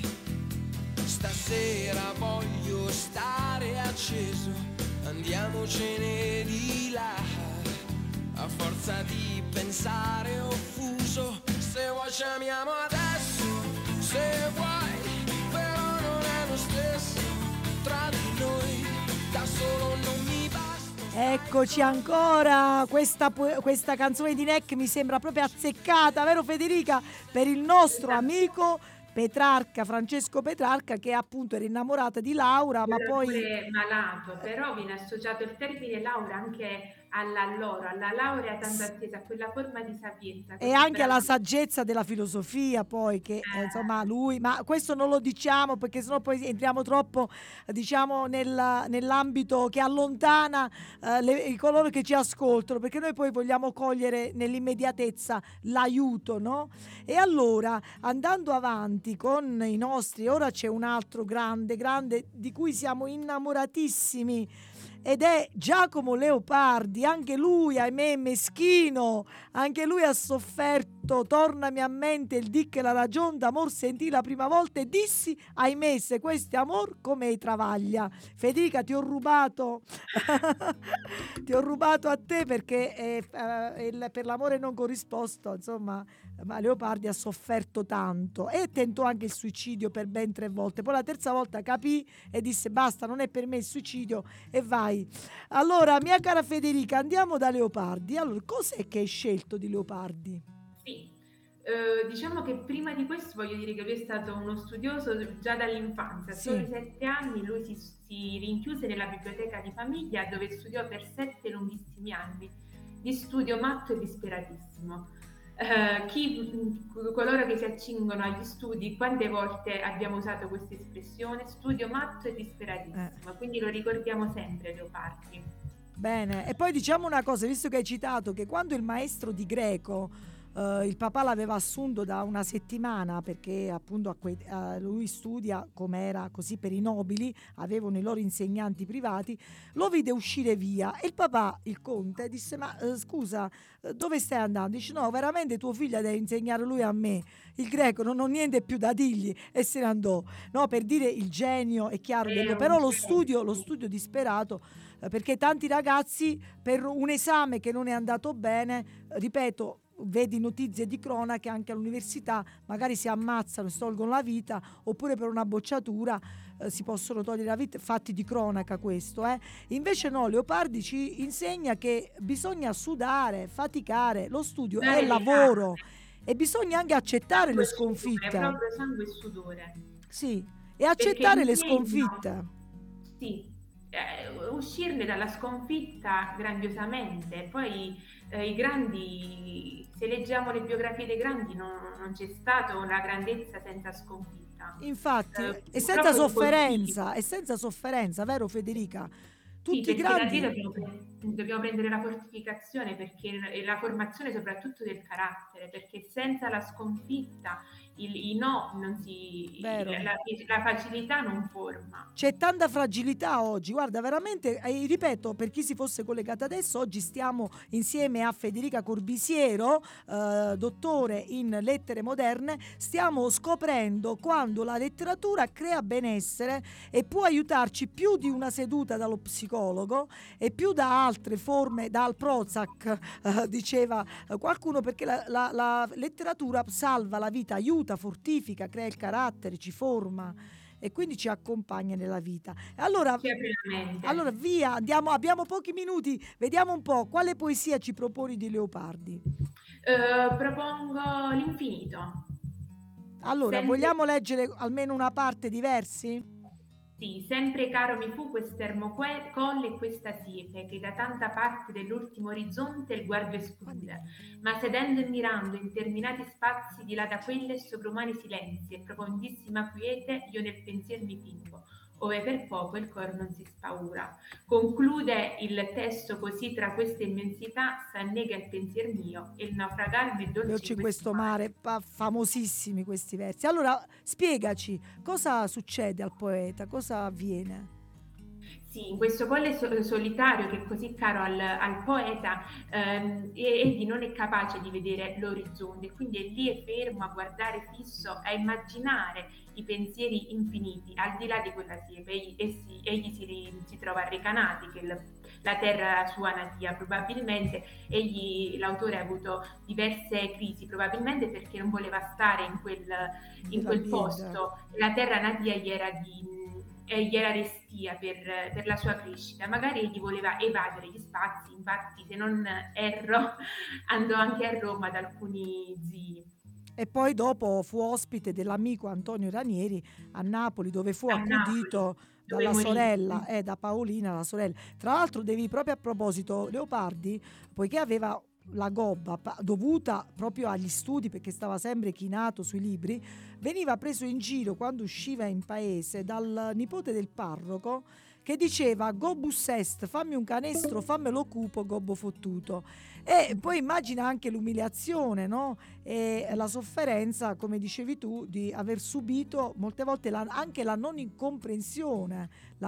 Stasera voglio stare acceso, andiamocene di là. A forza di pensare offuso, se vuoi ci amiamo adesso, se vuoi, però non è lo stesso tra di noi, da solo non mi basta. Eccoci ancora, questa canzone di Neck mi sembra proprio azzeccata, vero Federica? Per il nostro amico Petrarca, Francesco Petrarca, che appunto era innamorata di Laura, ma poi malato, però viene associato il termine Laura anche alla laurea tanto attesa, a quella forma di sapienza. E anche alla saggezza della filosofia, poi che insomma lui, ma questo non lo diciamo perché sennò poi entriamo troppo, diciamo, nell'ambito che allontana coloro che ci ascoltano, perché noi poi vogliamo cogliere nell'immediatezza l'aiuto, no? E allora, andando avanti con i nostri, ora c'è un altro grande di cui siamo innamoratissimi, ed è Giacomo Leopardi. Anche lui, ahimè, meschino, anche lui ha sofferto. Tornami a mente il dì che la ragion d'amor sentì la prima volta e dissi, ahimè, se questo è amor come travaglia. Federica, ti ho rubato ti ho rubato a te perché per l'amore non corrisposto, insomma, ma Leopardi ha sofferto tanto e tentò anche il suicidio per ben 3 volte. Poi la terza volta capì e disse basta, non è per me il suicidio, e vai. Allora, mia cara Federica, andiamo da Leopardi. Allora, cos'è che hai scelto di Leopardi? Sì, diciamo che prima di questo voglio dire che lui è stato uno studioso già dall'infanzia. Sì. Solo 7 anni lui si rinchiuse nella biblioteca di famiglia, dove studiò per 7 lunghissimi anni di studio matto e disperatissimo. Coloro che si accingono agli studi, quante volte abbiamo usato questa espressione, studio matto e disperatissimo, quindi lo ricordiamo sempre, Leopardi. Bene, e poi diciamo una cosa, visto che hai citato che quando il maestro di greco il papà l'aveva assunto da una settimana, perché appunto lui studia come era così per i nobili, avevano i loro insegnanti privati, lo vide uscire via e il papà, il conte, disse ma scusa, dove stai andando? Dice no, veramente tuo figlio deve insegnare lui a me il greco, non ho niente più da dirgli, e se ne andò. No, per dire il genio, è chiaro, però lo studio disperato, perché tanti ragazzi per un esame che non è andato bene, ripeto, vedi notizie di cronache anche all'università, magari si ammazzano, si tolgono la vita, oppure per una bocciatura si possono togliere la vita, fatti di cronaca questo. Invece no, Leopardi ci insegna che bisogna sudare, faticare, lo studio è lavoro e bisogna anche accettare le sconfitte. È proprio sangue e sudore. Sì, e accettare le sconfitte. Sì, uscirne dalla sconfitta grandiosamente. Poi i grandi, se leggiamo le biografie dei grandi, non c'è stata una grandezza senza sconfitta. Infatti, e senza sofferenza, vero Federica? Tutti sì, grandi. dobbiamo prendere la fortificazione, perché e la formazione soprattutto del carattere, perché senza la sconfitta i no non si Vero. la facilità non forma. C'è tanta fragilità oggi, guarda, veramente, ripeto, per chi si fosse collegato adesso, oggi stiamo insieme a Federica Corbisiero, dottore in lettere moderne, stiamo scoprendo quando la letteratura crea benessere e può aiutarci più di una seduta dallo psicologo e più da altre forme, dal Prozac, diceva qualcuno, perché la letteratura salva la vita, aiuta, fortifica, crea il carattere, ci forma e quindi ci accompagna nella vita. E allora, Ci apre la mente. allora via, andiamo, abbiamo pochi minuti, vediamo un po' quale poesia ci proponi di Leopardi. Propongo l'infinito. Allora, Sempre- vogliamo leggere almeno una parte di versi? Sì, sempre caro mi fu quest'ermo colle e questa siepe, che da tanta parte dell'ultimo orizzonte il guardo esclude, ma sedendo e mirando interminati spazi di là da quelle sovrumani silenzi e profondissima quiete, io nel pensier mi fingo, ove per poco il cor non si spaura. Conclude il testo così: tra queste immensità s'annega il pensier mio e il naufragarmi è Dolci in questo mare, famosissimi questi versi. Allora, spiegaci, cosa succede al poeta, cosa avviene? Sì, in questo colle solitario che è così caro al poeta, egli non è capace di vedere l'orizzonte, quindi è lì, è fermo a guardare fisso, a immaginare i pensieri infiniti al di là di quella siepe. Egli si trova a Recanati, che è la terra sua natia. Probabilmente l'autore ha avuto diverse crisi, probabilmente perché non voleva stare in quel posto. La terra natia gli era restia per la sua crescita. Magari egli voleva evadere gli spazi, infatti se non erro andò anche a Roma da alcuni zii. E poi dopo fu ospite dell'amico Antonio Ranieri a Napoli, dove fu A accudito Napoli, dove dalla morì. sorella, da Paolina, la sorella. Tra l'altro devi proprio, a proposito, Leopardi, poiché aveva la gobba dovuta proprio agli studi, perché stava sempre chinato sui libri, veniva preso in giro quando usciva in paese dal nipote del parroco, che diceva: Gobus est, fammi un canestro, fammelo cupo, gobbo fottuto. E poi immagina anche l'umiliazione, no? E la sofferenza, come dicevi tu, di aver subito molte volte anche la non incomprensione,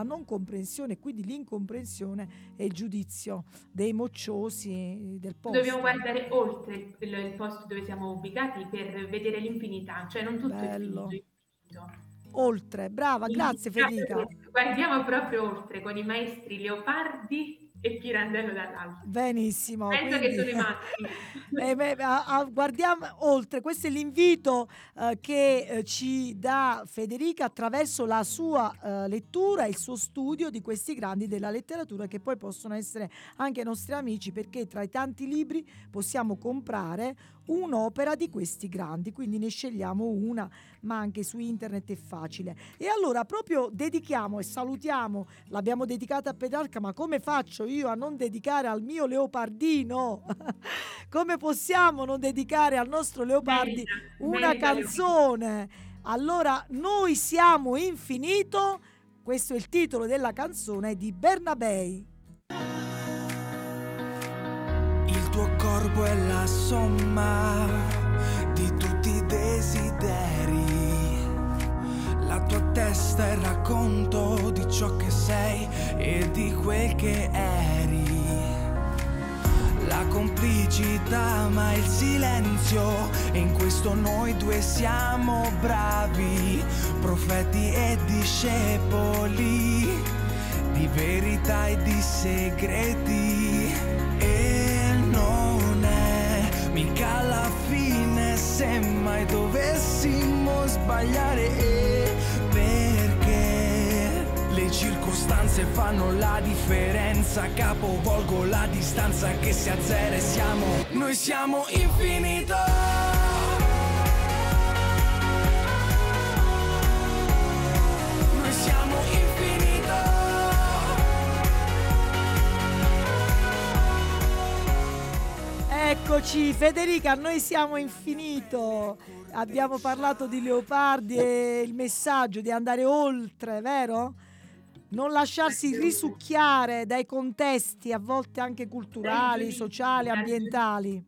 e quindi l'incomprensione e il giudizio dei mocciosi del posto. Dobbiamo guardare oltre il posto dove siamo ubicati per vedere l'infinità, cioè non tutto Bello. è finito. Oltre, brava, grazie Federica. Guardiamo proprio oltre con i maestri Leopardi e Pirandello dall'alto. Benissimo. Penso quindi, che sono i massimi. guardiamo oltre, questo è l'invito che ci dà Federica attraverso la sua lettura e il suo studio di questi grandi della letteratura, che poi possono essere anche nostri amici, perché tra i tanti libri possiamo comprare un'opera di questi grandi, quindi ne scegliamo una, ma anche su internet è facile. E allora proprio dedichiamo e salutiamo, l'abbiamo dedicata a Petrarca, ma come faccio io a non dedicare al mio Leopardino? Come possiamo non dedicare al nostro Leopardi una merita canzone? Allora, Noi siamo infinito, questo è il titolo della canzone di Bernabei. Il tuo corpo è la somma di tutti i desideri, la tua testa è il racconto di ciò che sei e di quel che eri. La complicità ma il silenzio, e in questo noi due siamo bravi, profeti e discepoli, di verità e di segreti. E non è mica la fine se mai dovessimo sbagliare, perché le circostanze fanno la differenza, capovolgo la distanza che si azzera e noi siamo infinito. Noi siamo infinito. Eccoci Federica, noi siamo infinito. Abbiamo parlato di Leopardi e il messaggio di andare oltre, vero? non lasciarsi risucchiare dai contesti, a volte anche culturali, sociali, ambientali.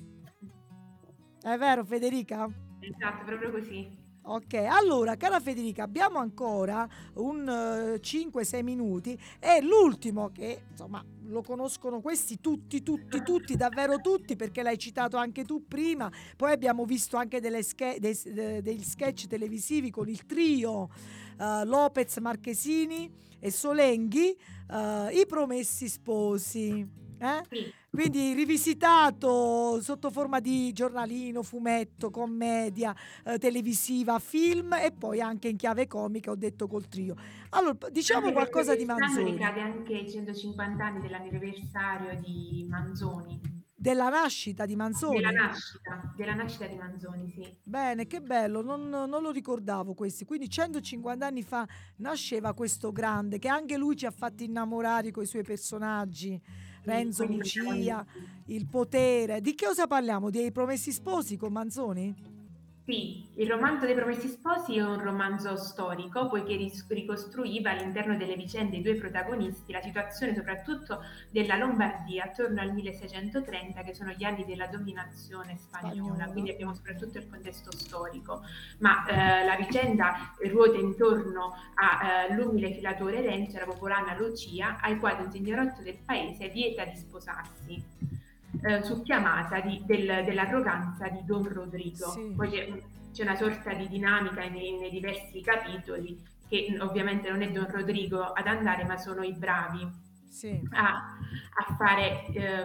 È vero, Federica? Esatto, proprio così. Ok, allora, cara Federica, abbiamo ancora un 5-6 minuti e l'ultimo che, insomma, lo conoscono questi tutti, davvero tutti, perché l'hai citato anche tu prima. Poi abbiamo visto anche degli sketch televisivi con il trio Lopez, Marchesini e Solenghi, I Promessi Sposi. Sì. Quindi rivisitato sotto forma di giornalino, fumetto, commedia televisiva, film e poi anche in chiave comica, ho detto col trio. Allora, diciamo Anche perché qualcosa di quest'anno Manzoni, ricade anche i 150 anni dell'anniversario di Manzoni, della nascita di Manzoni. della nascita di Manzoni, sì. Bene, che bello, non lo ricordavo questi. Quindi 150 anni fa nasceva questo grande che anche lui ci ha fatti innamorare con i suoi personaggi. Renzo, Quindi Lucia, il potere. Di che cosa parliamo? Dei Promessi Sposi con Manzoni? sì, il romanzo dei Promessi Sposi è un romanzo storico, poiché ricostruiva all'interno delle vicende dei due protagonisti la situazione soprattutto della Lombardia attorno al 1630, che sono gli anni della dominazione spagnola, quindi abbiamo soprattutto il contesto storico. Ma la vicenda ruota intorno all'umile filatore Renzo e alla popolana Lucia, ai quali un signorotto del paese vieta di sposarsi. Su chiamata dell'arroganza di Don Rodrigo. Sì. Poi c'è una sorta di dinamica nei diversi capitoli che ovviamente non è Don Rodrigo ad andare, ma sono i bravi Sì. a fare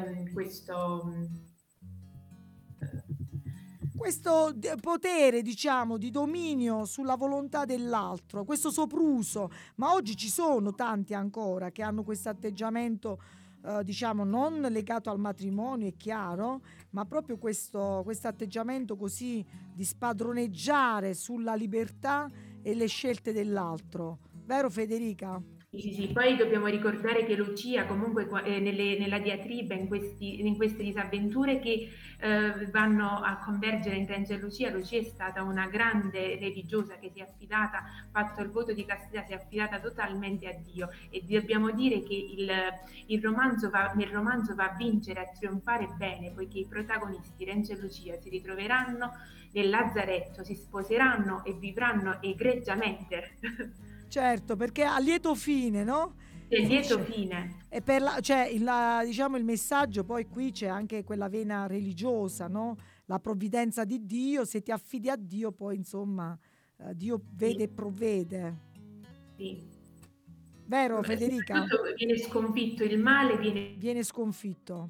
Questo potere, diciamo, di dominio sulla volontà dell'altro, questo sopruso, ma oggi ci sono tanti ancora che hanno questo atteggiamento, diciamo, non legato al matrimonio, è chiaro, ma proprio questo atteggiamento così di spadroneggiare sulla libertà e le scelte dell'altro. Vero, Federica? Sì. Poi dobbiamo ricordare che Lucia comunque nella diatriba, in queste disavventure che vanno a convergere in Renzo e Lucia, Lucia è stata una grande religiosa che si è affidata, fatto il voto di castità, si è affidata totalmente a Dio, e dobbiamo dire che nel romanzo va a vincere, a trionfare bene, poiché i protagonisti Renzo e Lucia si ritroveranno nel lazzaretto, si sposeranno e vivranno egregiamente. Certo, perché a lieto fine, no? È lieto fine. E diciamo il messaggio, poi qui c'è anche quella vena religiosa, no? La provvidenza di Dio, se ti affidi a Dio, poi insomma Dio vede e provvede. Sì. Vero, Federica? Tutto viene sconfitto, il male viene sconfitto.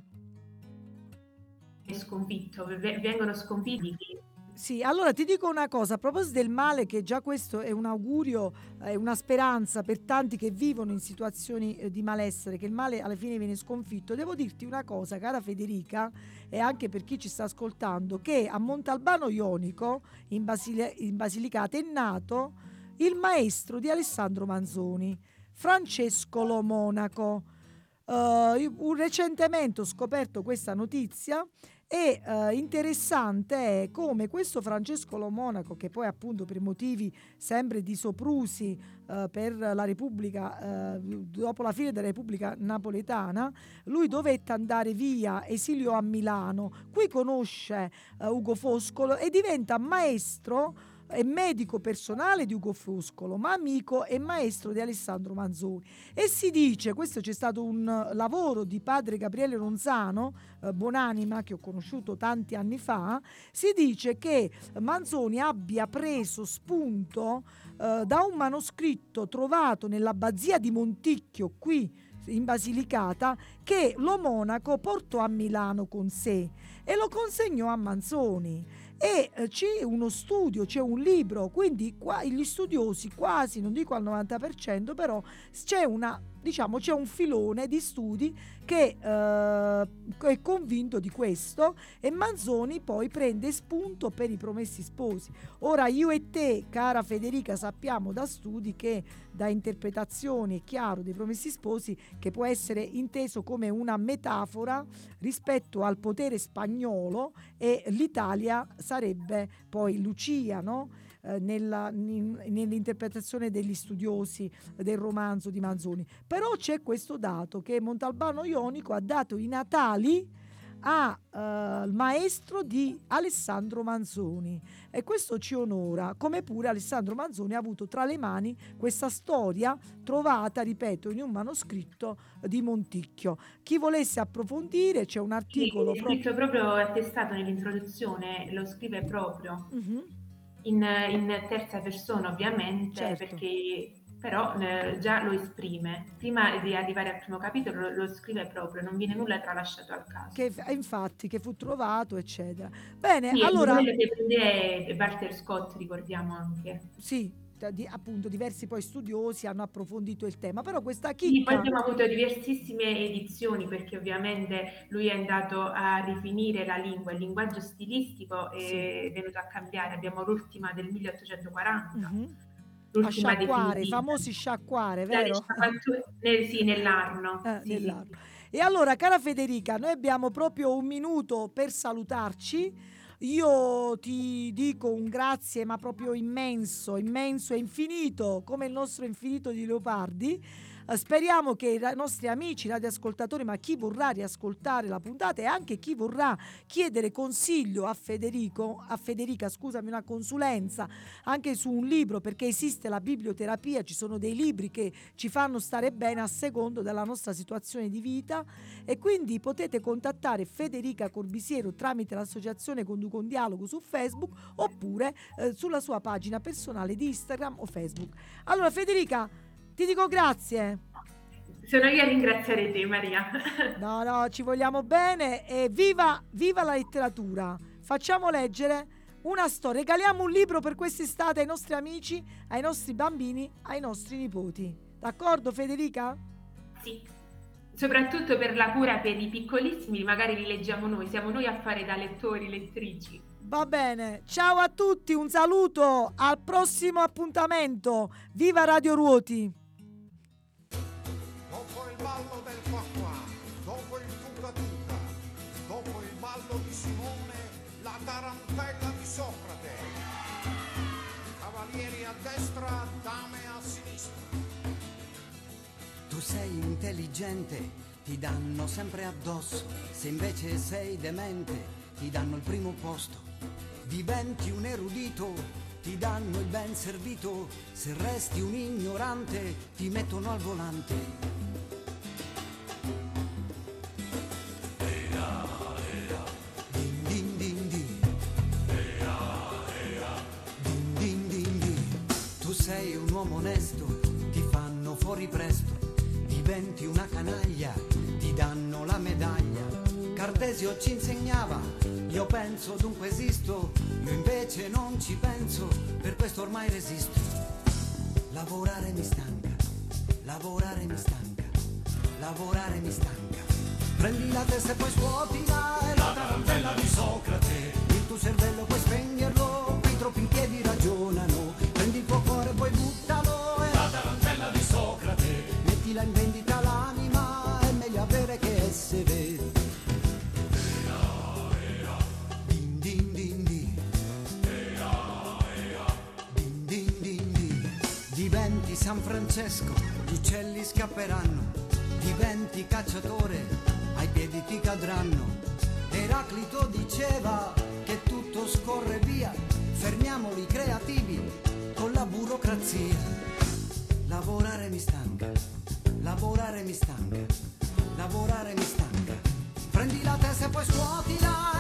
Vengono sconfitti. Sì, allora ti dico una cosa, a proposito del male, che già questo è un augurio, è una speranza per tanti che vivono in situazioni di malessere, che il male alla fine viene sconfitto. Devo dirti una cosa, cara Federica, e anche per chi ci sta ascoltando, che a Montalbano Ionico, in Basilicata, è nato il maestro di Alessandro Manzoni, Francesco Lo Monaco. Recentemente ho scoperto questa notizia. E interessante è come questo Francesco Lo Monaco, che poi appunto per motivi sempre di soprusi per la Repubblica, dopo la fine della Repubblica Napoletana, lui dovette andare via, esiliò a Milano, qui conosce Ugo Foscolo e diventa maestro e medico personale di Ugo Foscolo, ma amico e maestro di Alessandro Manzoni. E si dice, questo c'è stato un lavoro di padre Gabriele Ronzano, buonanima, che ho conosciuto tanti anni fa, si dice che Manzoni abbia preso spunto da un manoscritto trovato nell'abbazia di Monticchio, qui in Basilicata, che Lo Monaco portò a Milano con sé e lo consegnò a Manzoni. E c'è uno studio, c'è un libro, quindi qua gli studiosi quasi, non dico al 90%, però c'è un filone di studi che è convinto di questo, e Manzoni poi prende spunto per I Promessi Sposi. Ora io e te, cara Federica, sappiamo da studi che, da interpretazioni, è chiaro, dei Promessi Sposi, che può essere inteso come una metafora rispetto al potere spagnolo, e l'Italia sarebbe poi Lucia, no? nell'interpretazione degli studiosi del romanzo di Manzoni. Però c'è questo dato, che Montalbano Ionico ha dato i natali al maestro di Alessandro Manzoni, e questo ci onora, come pure Alessandro Manzoni ha avuto tra le mani questa storia trovata, ripeto, in un manoscritto di Monticchio. Chi volesse approfondire, c'è un articolo è scritto proprio attestato nell'introduzione, lo scrive proprio in terza persona, ovviamente, certo. Perché però già lo esprime. Prima di arrivare al primo capitolo lo scrive proprio, non viene nulla tralasciato al caso. Infatti, che fu trovato, eccetera. Bene, Sì, allora... quello che prende Walter Scott, ricordiamo anche. Sì, appunto diversi poi studiosi hanno approfondito il tema, però questa Sì, chicca... poi abbiamo avuto diversissime edizioni, perché ovviamente lui è andato a rifinire la lingua, il linguaggio stilistico è venuto a cambiare. Abbiamo l'ultima del 1840. A sciacquare, i famosi sciacquare, vero? Sì, nell'Arno. Sì. E allora, cara Federica, noi abbiamo proprio un minuto per salutarci. Io ti dico un grazie, ma proprio immenso, immenso e infinito, come il nostro infinito di Leopardi. Speriamo che i nostri amici radioascoltatori, ma chi vorrà riascoltare la puntata e anche chi vorrà chiedere consiglio a Federica, scusami, una consulenza anche su un libro, perché esiste la biblioterapia, ci sono dei libri che ci fanno stare bene a secondo della nostra situazione di vita, e quindi potete contattare Federica Corbisiero tramite l'associazione Conduco un Dialogo su Facebook, oppure sulla sua pagina personale di Instagram o Facebook. Allora Federica, ti dico grazie. Sono io a ringraziare te, Maria. No, ci vogliamo bene, e viva la letteratura. Facciamo leggere una storia, regaliamo un libro per quest'estate ai nostri amici, ai nostri bambini, ai nostri nipoti. D'accordo Federica? Sì, soprattutto per la cura per i piccolissimi, magari li leggiamo noi, siamo noi a fare da lettori, lettrici. Va bene, ciao a tutti, un saluto, al prossimo appuntamento. Viva Radio Ruoti! Dopo il ballo del qua qua, dopo il tuca tuca, dopo il ballo di Simone, la tarantella di Socrate. Cavalieri a destra, dame a sinistra. Tu sei intelligente, ti danno sempre addosso. Se invece sei demente, ti danno il primo posto. Diventi un erudito, ti danno il ben servito. Se resti un ignorante, ti mettono al volante. Din din din din. Din din din din. Tu sei un uomo onesto, ti fanno fuori presto. Diventi una canaglia, ti danno la medaglia. Cartesio ci insegnava, io penso dunque esisto, io invece non ci penso, per questo ormai resisto. Lavorare mi stanca, lavorare mi stanca, lavorare mi stanca. Prendi la testa e poi scuotila, è la tarantella di Socrate. Il tuo cervello puoi spegnerlo, qui troppi in piedi ragionano. Prendi il tuo cuore e poi buttalo, è la tarantella di Socrate. Mettila in vendita l'anima, è meglio avere che essere. Din din din din. Din din din din. Diventi San Francesco, gli uccelli scapperanno. Diventi cacciatore, ai piedi ti cadranno. Eraclito diceva che tutto scorre via, fermiamoli creativi con la burocrazia. Lavorare mi stanca, lavorare mi stanca, lavorare mi stanca. Prendi la testa e poi scuotila.